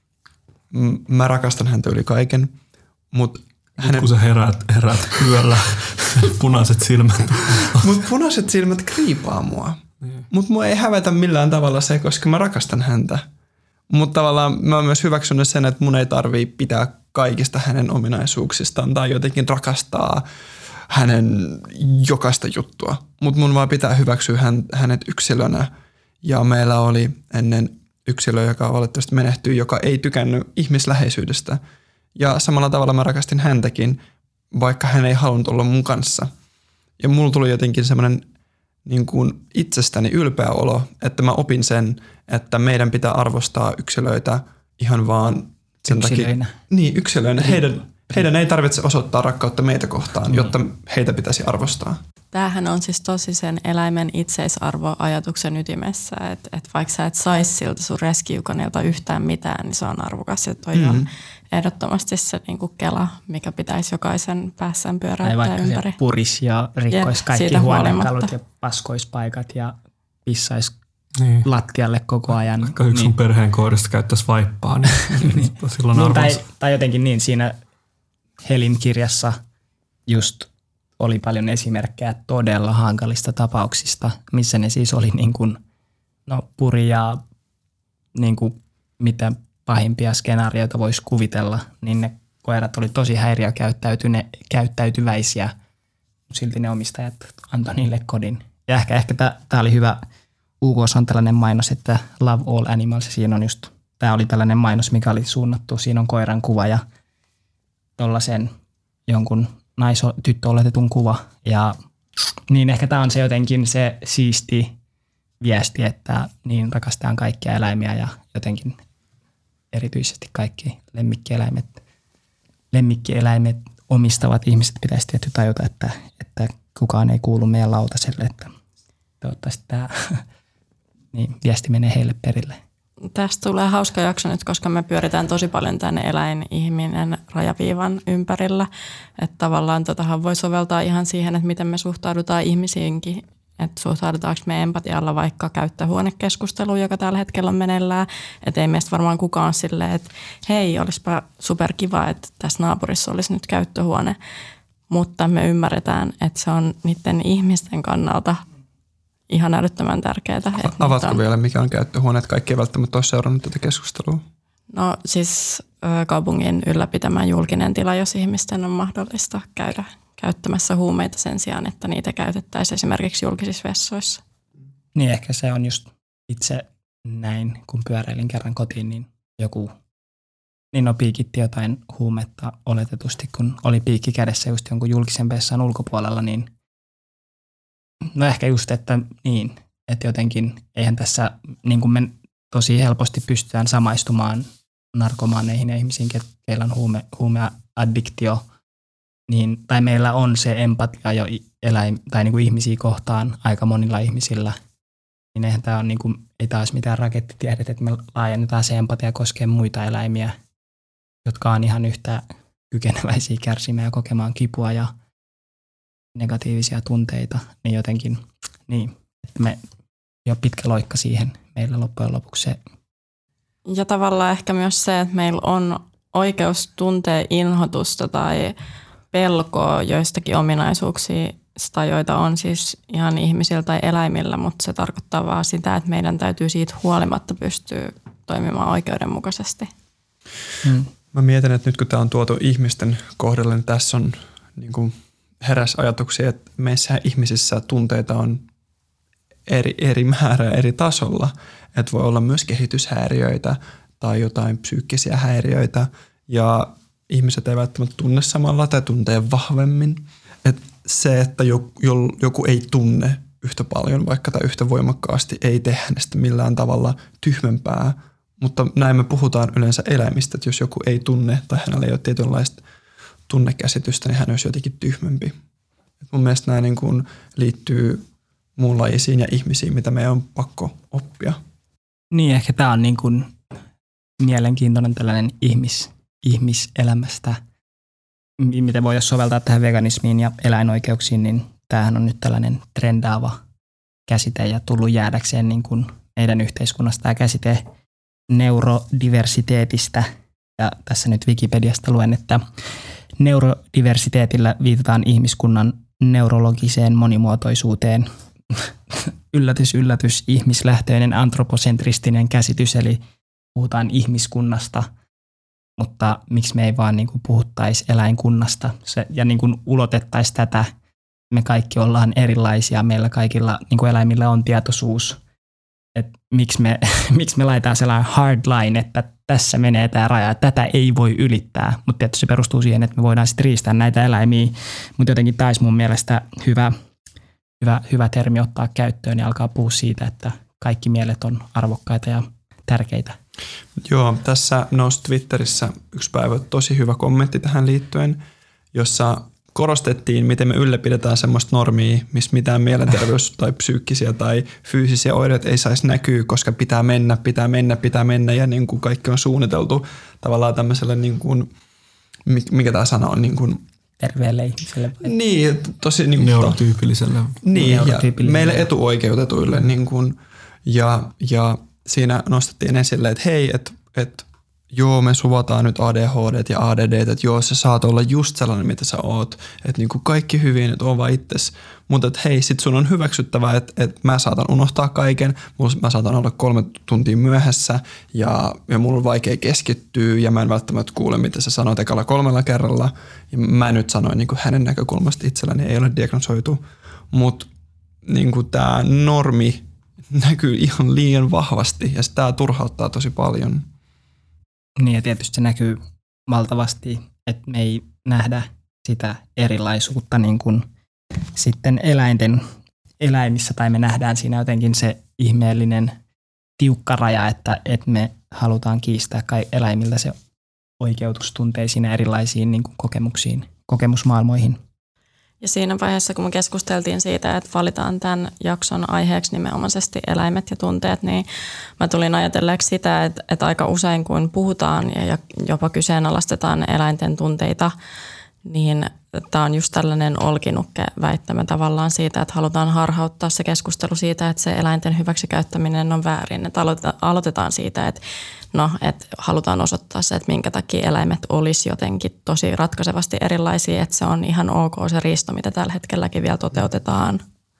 m- mä rakastan häntä yli kaiken, mutta hänen... kun sä heräät, heräät yöllä, punaiset silmät. Mutta punaiset silmät kriipaa mua. Mutta mua ei hävetä millään tavalla se, koska mä rakastan häntä. Mutta tavallaan mä oon myös hyväksynyt sen, että mun ei tarvii pitää kaikista hänen ominaisuuksistaan tai jotenkin rakastaa hänen jokaista juttua. Mutta mun vaan pitää hyväksyä hän, hänet yksilönä. Ja meillä oli ennen yksilö, joka valitettavasti menehtyi, joka ei tykännyt ihmisläheisyydestä. Ja samalla tavalla mä rakastin häntäkin, vaikka hän ei halunnut olla mun kanssa. Ja mulla tuli jotenkin semmoinen niin kuin itsestäni ylpeä olo, että mä opin sen, että meidän pitää arvostaa yksilöitä ihan vaan sen yksilöinä. takia. Niin, yksilöinä. Heidän, heidän ei tarvitse osoittaa rakkautta meitä kohtaan, mm. jotta heitä pitäisi arvostaa. Tämähän on siis tosi sen eläimen itseisarvoajatuksen ytimessä, että, että vaikka sä et saisi siltä sun rescue-koneelta yhtään mitään, niin se on arvokas. Ja toi mm. on ehdottomasti se niin kuin kela, mikä pitäisi jokaisen päässään pyöräyttää ympäri. Vaikka se purisi ja rikkoisi kaikki huonekalut ja paskoisi paikat ja pissaisi niin lattialle koko ajan. Vaikka yksi niin. sun perheen kohdasta käyttäisi vaippaa, niin, niin silloin niin, arvokas. Tai, tai jotenkin niin, siinä Helin kirjassa just oli paljon esimerkkejä todella hankalista tapauksista, missä ne siis oli niin kuin, no, puri ja niin kuin mitä pahimpia skenaarioita voisi kuvitella, niin ne koirat oli tosi häiriökäyttäytyväisiä, silti ne omistajat antoi niille kodin. Ja ehkä, ehkä tämä oli hyvä, U K:ssa on tällainen mainos, että Love All Animals, ja siinä on just, tämä oli tällainen mainos, mikä oli suunnattu, siinä on koiran kuva ja tollaisen jonkun naiso tyttö oletetun kuva, ja Niin ehkä tämä on se jotenkin se siisti viesti, että niin rakastetaan kaikkia eläimiä ja jotenkin erityisesti kaikki lemmikkieläimet, lemmikkieläimet omistavat ihmiset pitäisi tietty tajuta, että, että kukaan ei kuulu meidän lautaselle, että toivottavasti tämä niin, viesti menee heille perille. Tästä tulee hauska jakso nyt, koska me pyöritään tosi paljon tänne eläin-ihminen rajaviivan ympärillä. Että tavallaan totahan voi soveltaa ihan siihen, että miten me suhtaudutaan ihmisiinkin. Että suhtaudutaanko me empatialla vaikka käyttöhuonekeskusteluun, joka tällä hetkellä on meneillään. Että ei meistä varmaan kukaan ole silleen, että hei, olisipa superkiva, että tässä naapurissa olisi nyt käyttöhuone. Mutta me ymmärretään, että se on niiden ihmisten kannalta ihan älyttömän tärkeää. Avatko on... vielä, mikä on käyttöhuoneet? Kaikki ei välttämättä ole seurannut tätä keskustelua. No siis kaupungin ylläpitämä julkinen tila, jos ihmisten on mahdollista käydä käyttämässä huumeita sen sijaan, että niitä käytettäisiin esimerkiksi julkisissa vessoissa. Niin ehkä se on just itse näin, kun pyöräilin kerran kotiin, niin joku niin no piikitti jotain huumetta oletetusti, kun oli piikki kädessä just jonkun julkisen vessan ulkopuolella, niin no ehkä just, että niin, että jotenkin eihän tässä niin kuin me tosi helposti pystytään samaistumaan narkomaaneihin ja ihmisiin, keillä on huume, huumeaddiktio, niin, tai meillä on se empatia jo eläin, tai niin kuin ihmisiä kohtaan aika monilla ihmisillä, niin eihän tämä on niin kuin, ei taas mitään rakettitiedet, että me laajennetaan se empatia koskee muita eläimiä, jotka on ihan yhtä kykeneväisiä kärsimään ja kokemaan kipua ja negatiivisia tunteita, niin jotenkin, niin, että me jo pitkä loikka siihen meillä loppujen lopuksi se. Ja tavallaan ehkä myös se, että meillä on oikeus tuntea inhotusta tai pelkoa joistakin ominaisuuksista, joita on siis ihan ihmisillä tai eläimillä, mutta se tarkoittaa vaan sitä, että meidän täytyy siitä huolimatta pystyä toimimaan oikeudenmukaisesti. Hmm. Mä mietin, että nyt kun tämä on tuotu ihmisten kohdalle, niin tässä on niin kuin heräs ajatuksia, että meissä ihmisissä tunteita on eri, eri määrää eri tasolla. Että voi olla myös kehityshäiriöitä tai jotain psyykkisiä häiriöitä ja ihmiset ei välttämättä tunne samalla tai tuntee vahvemmin. Että se, että joku, joku ei tunne yhtä paljon vaikka tai yhtä voimakkaasti, ei tee hänestä millään tavalla tyhmempää. Mutta näin me puhutaan yleensä eläimistä, että jos joku ei tunne tai hänellä ei ole tietynlaista tunnekäsitystä, niin hän olisi jotenkin tyhmempi. Et mun mielestä nämä niin kuin liittyy muunlaisiin ja ihmisiin, mitä meidän on pakko oppia. Niin, ehkä tämä on niin kuin mielenkiintoinen tällainen ihmis, ihmiselämästä, miten voidaan soveltaa tähän veganismiin ja eläinoikeuksiin, niin tämähän on nyt tällainen trendaava käsite ja tullut jäädäkseen niin kuin meidän yhteiskunnasta tämä käsite neurodiversiteetistä. Ja tässä nyt Wikipediasta luen, että neurodiversiteetillä viitataan ihmiskunnan neurologiseen monimuotoisuuteen. Yllätys, yllätys, ihmislähtöinen antroposentristinen käsitys, eli puhutaan ihmiskunnasta, mutta miksi me ei vaan niin kuin puhuttaisi eläinkunnasta se, ja niin kuin ulotettaisiin tätä. Me kaikki ollaan erilaisia, meillä kaikilla niin kuin eläimillä on tietoisuus. Että miksi me, miksi me laitetaan sellainen hard line, että tässä menee tämä raja, tätä ei voi ylittää. Mutta tietysti se perustuu siihen, että me voidaan sitten riistää näitä eläimiä, mutta jotenkin taisi mun mielestä hyvä, hyvä, hyvä termi ottaa käyttöön ja alkaa puhua siitä, että kaikki mielet on arvokkaita ja tärkeitä. Joo, tässä nousi Twitterissä yksi päivä tosi hyvä kommentti tähän liittyen, jossa korostettiin, miten me ylläpidetään semmoista normia, missä mitään mielenterveys- tai psyykkisiä tai fyysisiä oireita ei saisi näkyä, koska pitää mennä, pitää mennä, pitää mennä ja niin kuin kaikki on suunniteltu tavallaan tämmöiselle, niin kuin, mikä tämä sana on? Niin kuin, terveelle ihmiselle. Niin, tosi niin kuin, neurotyypilliselle. Niin, ja meille etuoikeutetuille. Niin kuin, ja, ja siinä nostettiin esille, että hei, että et, joo, me suvataan nyt A D H D ja A D D, että joo, sä saat olla just sellainen, mitä sä oot. Että niinku kaikki hyvin, että oo vaan itses. Mutta että hei, sit sun on hyväksyttävää, että, että mä saatan unohtaa kaiken. Mä saatan olla kolme tuntia myöhässä ja, ja mulla on vaikea keskittyä ja mä en välttämättä kuule, mitä sä sanoit ekalla kolmella kerralla. Ja mä nyt sanoin niinku hänen näkökulmasta itselläni ei ole diagnosoitu. Mutta niinku tää normi näkyy ihan liian vahvasti ja sitä turhauttaa tosi paljon. Niin ja tietysti se näkyy valtavasti, että me ei nähdä sitä erilaisuutta niin kuin sitten eläinten, eläimissä tai me nähdään siinä jotenkin se ihmeellinen tiukka raja, että, että me halutaan kiistää kai eläimiltä se oikeutus tunteisiin ja erilaisiin niin kuin kokemuksiin, kokemusmaailmoihin. Ja siinä vaiheessa, kun me keskusteltiin siitä, että valitaan tämän jakson aiheeksi nimenomaisesti eläimet ja tunteet, niin mä tulin ajatelleeksi sitä, että, että aika usein kun puhutaan ja jopa kyseenalaistetaan eläinten tunteita, niin tämä on just tällainen olkinukke väittämä tavallaan siitä, että halutaan harhauttaa se keskustelu siitä, että se eläinten hyväksikäyttäminen on väärin. Että aloitetaan siitä, että, no, että halutaan osoittaa se, että minkä takia eläimet olisi jotenkin tosi ratkaisevasti erilaisia, että se on ihan ok se riisto, mitä tällä hetkelläkin vielä toteutetaan.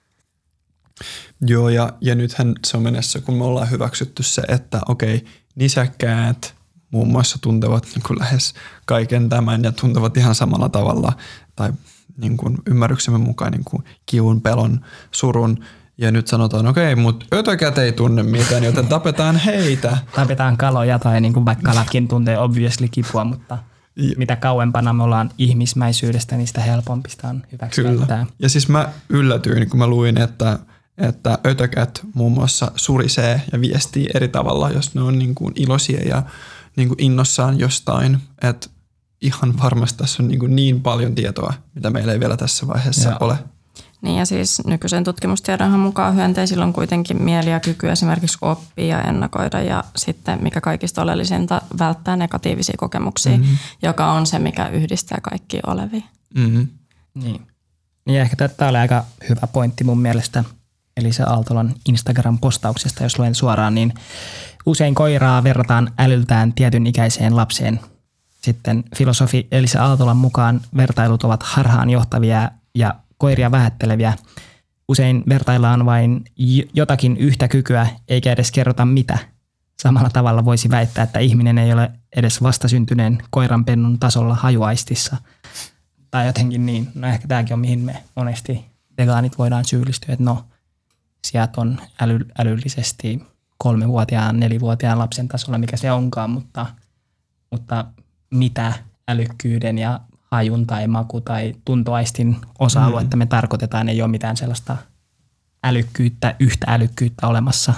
Joo, ja, ja nythän se on mennessä, kun me ollaan hyväksytty se, että okei, nisäkkäät muun muassa tuntevat niin kuin lähes kaiken tämän ja tuntevat ihan samalla tavalla tai niin kuin ymmärryksemme mukaan niin kuin kiun, pelon, surun. Ja nyt sanotaan, okei, mutta ötökät ei tunne mitään, joten tapetaan heitä. Tapetaan kaloja tai niin kuin vaikka kalatkin tuntee obviously kipua, mutta mitä kauempana me ollaan ihmismäisyydestä, niin sitä helpompi sitä on hyväksikäyttää. Ja siis mä yllätyin, kun mä luin, että, että ötökät muun muassa surisee ja viestii eri tavalla, jos ne on niin kuin iloisia ja niin kuin innossaan jostain, että ihan varmasti tässä on niin, kuin niin paljon tietoa, mitä meillä ei vielä tässä vaiheessa ja ole. Niin ja siis nykyisen tutkimustiedonhan mukaan hyönteisillä on kuitenkin mieli ja kyky esimerkiksi oppia ja ennakoida ja sitten mikä kaikista oleellisinta välttää negatiivisia kokemuksia, mm-hmm. joka on se, mikä yhdistää kaikkia olevia. Mm-hmm. Niin. Niin ehkä tämä oli aika hyvä pointti mun mielestä Elisa Aaltolan Instagram-postauksesta, jos luen suoraan, niin usein koiraa verrataan älyltään tietyn ikäiseen lapseen. Sitten filosofi Elisa Aaltolan mukaan vertailut ovat harhaanjohtavia ja koiria vähätteleviä. Usein vertaillaan vain jotakin yhtä kykyä, eikä edes kerrota mitä. Samalla tavalla voisi väittää, että ihminen ei ole edes vastasyntyneen koiranpennun tasolla hajuaistissa. Tai jotenkin niin. No ehkä tämäkin on, mihin me monesti vegaanit voidaan syyllistyä, että no, sieltä on äly, älyllisesti kolmevuotiaan, nelivuotiaan lapsen tasolla, mikä se onkaan, mutta, mutta mitä älykkyyden ja hajun tai maku tai tuntoaistin osa-aluetta mm. me tarkoitetaan, ei ole mitään sellaista älykkyyttä, yhtä älykkyyttä olemassa.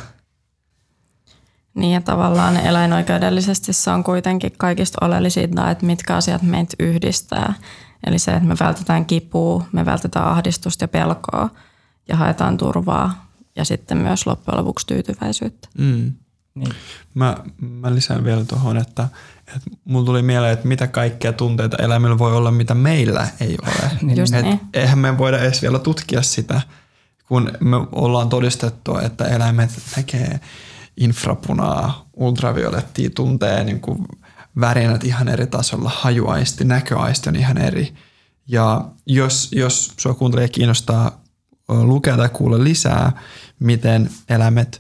Niin ja tavallaan eläinoikeudellisesti se on kuitenkin kaikista oleellisinta, että mitkä asiat meitä yhdistää. Eli se, että me vältetään kipua, me vältetään ahdistusta ja pelkoa ja haetaan turvaa ja sitten myös loppujen lopuksi tyytyväisyyttä. Mm. Niin. Mä, mä lisään vielä tuohon, että, että mulla tuli mieleen, että mitä kaikkea tunteita eläimillä voi olla, mitä meillä ei ole. Just Et niin. Eihän me voida edes vielä tutkia sitä, kun me ollaan todistettu, että eläimet näkee infrapunaa, ultraviolettia, tuntee niin kuin värinät ihan eri tasolla, hajuaisti, näköaisti on ihan eri. Ja jos, jos sua kuuntelee kiinnostaa lukea tai kuulla lisää, miten eläimet,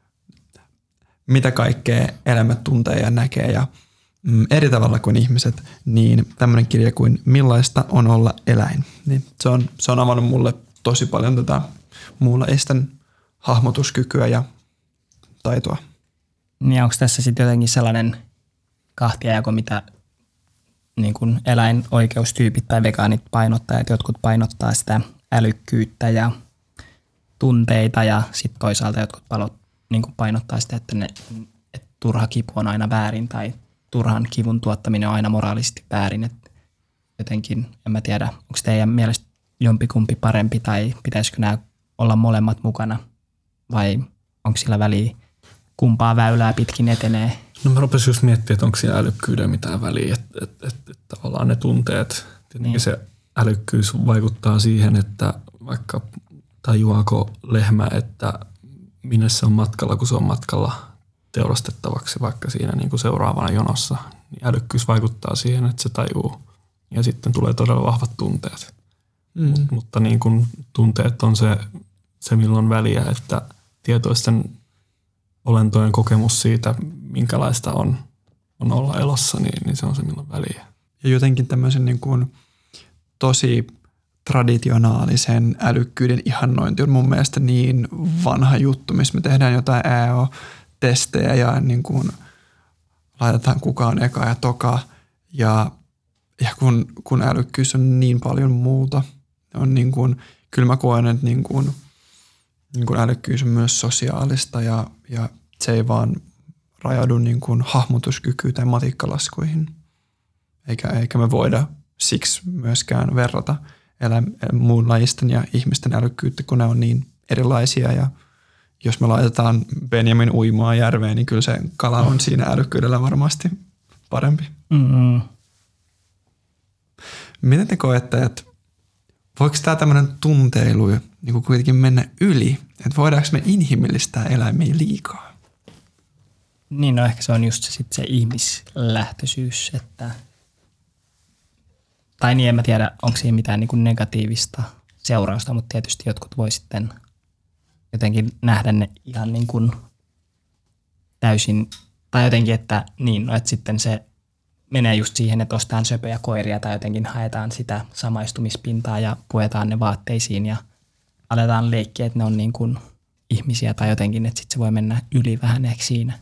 mitä kaikkea eläimet tuntee ja näkee ja mm, eri tavalla kuin ihmiset, niin tämmöinen kirja kuin Millaista on olla eläin. Niin se, on, se on avannut mulle tosi paljon tätä muunlaisten hahmotuskykyä ja taitoa. Niin onko tässä sitten jotenkin sellainen kahtiajako, mitä niin kuin eläinoikeustyypit tai vegaanit painottaa, että jotkut painottaa sitä älykkyyttä ja tunteita ja sitten toisaalta jotkut palot, niin kuin painottaa sitä, että, ne, että turha kipu on aina väärin tai turhan kivun tuottaminen on aina moraalisesti väärin. Et jotenkin, en mä tiedä, onko teidän mielestä jompikumpi parempi tai pitäisikö nämä olla molemmat mukana vai onko sillä väliä kumpaa väylää pitkin etenee? No mä rupesin just miettimään, että onko siinä älykkyydellä mitään väliä, että et, et, et, tavallaan ne tunteet, tietenkin niin. Se älykkyys vaikuttaa siihen, että vaikka tajuaako lehmä, että minne se on matkalla, kun se on matkalla teurastettavaksi vaikka siinä niin kuin seuraavana jonossa, niin älykkyys vaikuttaa siihen, että se tajuu ja sitten tulee todella vahvat tunteet. Mm. Mut, mutta niin kuin tunteet on se, se milloin väliä, että tietoisten olentojen kokemus siitä, minkälaista on, on olla elossa, niin, niin se on se milloin väliä. Ja jotenkin tämmöisen niin kuin tosi traditionaalisen älykkyyden ihannointi on mun mielestä niin vanha juttu, missä me tehdään jotain E A O-testejä ja niin kuin laitetaan kuka on eka ja toka. Ja, ja kun, kun älykkyys on niin paljon muuta, On niin kuin, kyllä mä koen, että niin kuin, niin kuin älykkyys on myös sosiaalista ja, ja se ei vaan rajaudu niin kuin hahmotuskykyyn tai matikkalaskuihin. Eikä, eikä me voida siksi myöskään verrata elä, muun lajisten ja ihmisten älykkyyttä, kun ne on niin erilaisia. Ja jos me laitetaan Benjamin uimaa järveen, niin kyllä se kala on siinä älykkyydellä varmasti parempi. Mm-hmm. Miten te koette, että voiko tämä tämmöinen tunteilu niin kuin kuitenkin mennä yli? Että voidaanko me inhimillistää eläimiä liikaa? Niin, no ehkä se on just se, sit se ihmislähtöisyys, että tai niin en mä tiedä, onko siinä mitään niin kuin negatiivista seurausta, mutta tietysti jotkut voi sitten jotenkin nähdä ne ihan niin kuin täysin, tai jotenkin, että niin, no että sitten se menee just siihen, että ostetaan söpöjä koiria tai jotenkin haetaan sitä samaistumispintaa ja puetaan ne vaatteisiin ja aletaan leikkiä, että ne on niin kuin ihmisiä tai jotenkin, että sitten se voi mennä yli vähän ehkä siinä.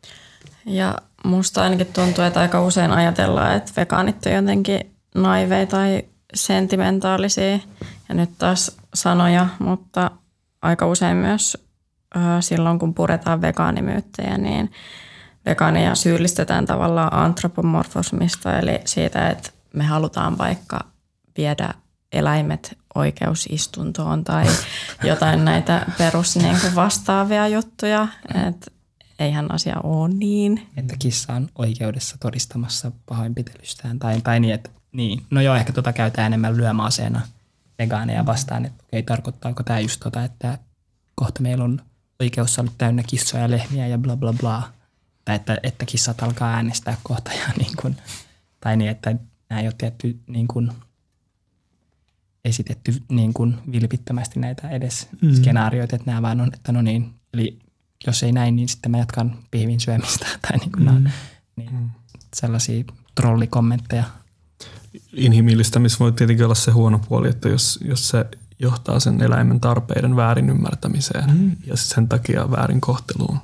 Ja musta ainakin tuntuu, että aika usein ajatellaan, että vegaanit on jotenkin naiveja tai sentimentaalisia ja nyt taas sanoja, mutta aika usein myös äh, silloin, kun puretaan vegaanimyyttejä, niin vegaaneja syyllistetään tavallaan antropomorfismista, eli siitä, että me halutaan vaikka viedä eläimet oikeusistuntoon tai jotain näitä perus niin kuin vastaavia juttuja, että eihän asia ole niin. Että kissa on oikeudessa todistamassa pahoinpitelystään tai, tai niin, että niin. No joo, ehkä tota käytetään enemmän lyömäaseena vegaaneja vastaan, että okei, tarkoittaako tämä just tota, että kohta meillä on oikeussalit täynnä kissoja ja lehmiä ja bla bla bla. Tai että, että kissat alkaa äänestää kohta ja niin kuin, tai niin, että nämä ei ole tietty niin kuin esitetty niin kuin vilpittömästi näitä edes mm. skenaarioita, että nämä vaan on, että no niin, eli jos ei näin, niin sitten mä jatkan pihvin syömistä tai niin kuin mm. nämä, niin mm. sellaisia trollikommentteja. Inhimillistämis voi tietenkin olla se huono puoli, että jos, jos se johtaa sen eläimen tarpeiden väärin ymmärtämiseen mm. ja sen takia väärin kohteluun.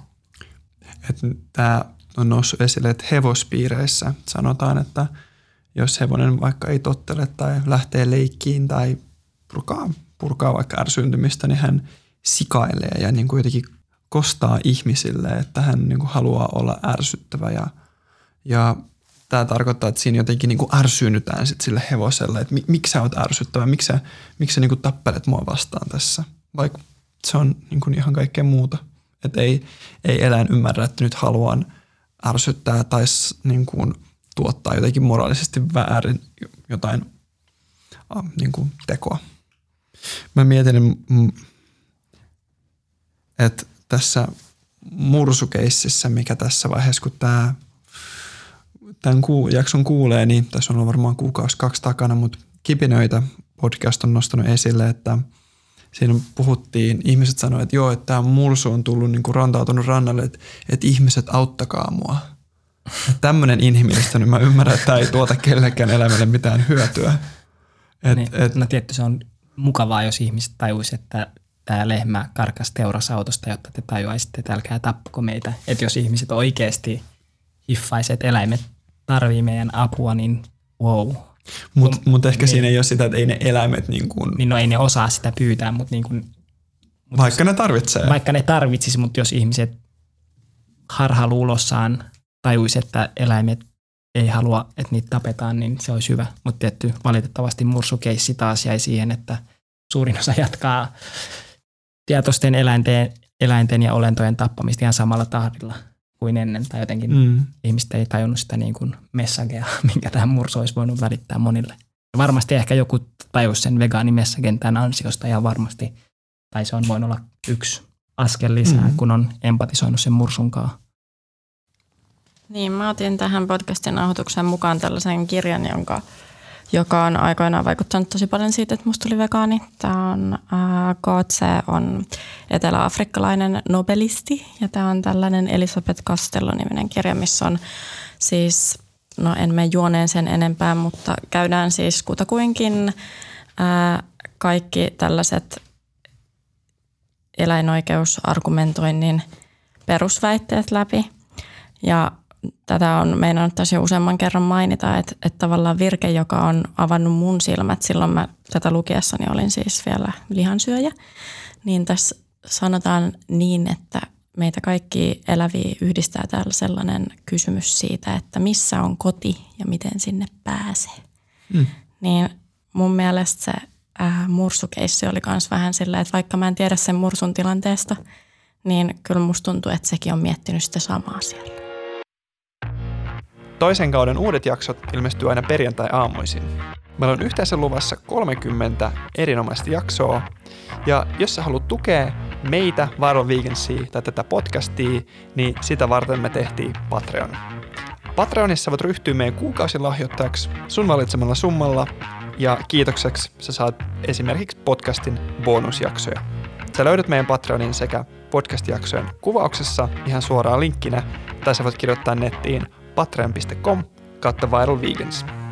Tämä on noussut esille, että hevospiireissä sanotaan, että jos hevonen vaikka ei tottele tai lähtee leikkiin tai purkaa, purkaa vaikka ärsyyntymistä, niin hän sikailee ja niin kuin jotenkin kostaa ihmisille, että hän niin kuin haluaa olla ärsyttävä. Ja, ja tämä tarkoittaa, että siinä jotenkin niin kuin ärsyynnytään sit sille hevoselle, että miksi sä oot ärsyttävä, miksi sä, miksi sä niin kuin tappelet mua vastaan tässä, vaikka se on niin kuin ihan kaikkea muuta. Että ei, ei eläin ymmärrä, että nyt haluan ärsyttää tai niin kuin tuottaa jotenkin moraalisesti väärin jotain äh, niin kuin tekoa. Mä mietin, että tässä mursukeississä, mikä tässä vaiheessa, kun tämä, tämän jakson kuulee, niin tässä on ollut varmaan kuukausi kaksi takana, mutta Kipinöitä podcast on nostanut esille, että siinä puhuttiin, ihmiset sanoivat, että joo, että tämä mursu on tullut niin kuin rantautunut rannalle, että, että ihmiset auttakaa mua. Tämmöinen inhimillistä, niin mä ymmärrän, että tämä ei tuota kellekään elämälle mitään hyötyä. Et, niin, et, no tietty se on mukavaa, jos ihmiset tajuisi, että tämä lehmä karkas teurasautosta, jotta te tajuaisitte, että älkää tappako meitä. Että jos ihmiset oikeasti hiffaisivat, että eläimet tarvii meidän apua, niin wow. Mutta mut ehkä niin, siinä ei ole sitä, että ei ne eläimet niin kuin... Niin no ei ne osaa sitä pyytää, mutta niin kuin... Mut vaikka jos, ne tarvitsee. Vaikka ne tarvitsisi, mutta jos ihmiset harhaluulossaan tajuisi, että eläimet ei halua, että niitä tapetaan, niin se olisi hyvä. Mutta tietty valitettavasti mursukeissi taas jäi siihen, että suurin osa jatkaa tietoisten eläinten, eläinten ja olentojen tappamista ihan samalla tahdilla kuin ennen. Tai jotenkin mm. ihmiset ei tajunnut sitä niin kuin messagea, minkä tähän mursu olisi voinut välittää monille. Ja varmasti ehkä joku tajusi sen vegaanimessagen tämän ansiosta ihan varmasti. Tai se on voinut olla yksi askel lisää, mm. kun on empatisoinut sen mursunkaan. Niin, mä otin tähän podcastin nauhoituksen mukaan tällaisen kirjan, jonka, joka on aikoinaan vaikuttanut tosi paljon siitä, että musta tuli vegaani. Tämä on äh, Coetzee on etelä-afrikkalainen nobelisti ja tämä on tällainen Elisabeth Castello-niminen kirja, missä on siis, no en mene juoneen sen enempää, mutta käydään siis kutakuinkin äh, kaikki tällaiset eläinoikeusargumentoinnin perusväitteet läpi. Ja tätä on meinannut tässä jo useamman kerran mainita, että, että tavallaan virke, joka on avannut mun silmät, silloin mä tätä lukiessani olin siis vielä lihansyöjä, niin tässä sanotaan niin, että meitä kaikki eläviä yhdistää täällä sellainen kysymys siitä, että missä on koti ja miten sinne pääsee. Mm. Niin mun mielestä se äh, mursukeissi oli myös vähän sillä, että vaikka mä en tiedä sen mursun tilanteesta, niin kyllä musta tuntuu, että sekin on miettinyt sitä samaa siellä. Toisen kauden uudet jaksot ilmestyy aina perjantai-aamuisin. Meillä on yhteensä luvassa kolmekymmentä erinomaista jaksoa, ja jos sä haluat tukea meitä, Viral Vegansia tai tätä podcastia, niin sitä varten me tehtiin Patreon. Patreonissa voit ryhtyä meidän kuukausilahjoittajaksi sun valitsemalla summalla, ja kiitokseksi sä saat esimerkiksi podcastin bonusjaksoja. Sä löydät meidän Patreonin sekä podcast-jaksojen kuvauksessa ihan suoraan linkkinä, tai sä voit kirjoittaa nettiin patreon piste com kautta Viral Vegans.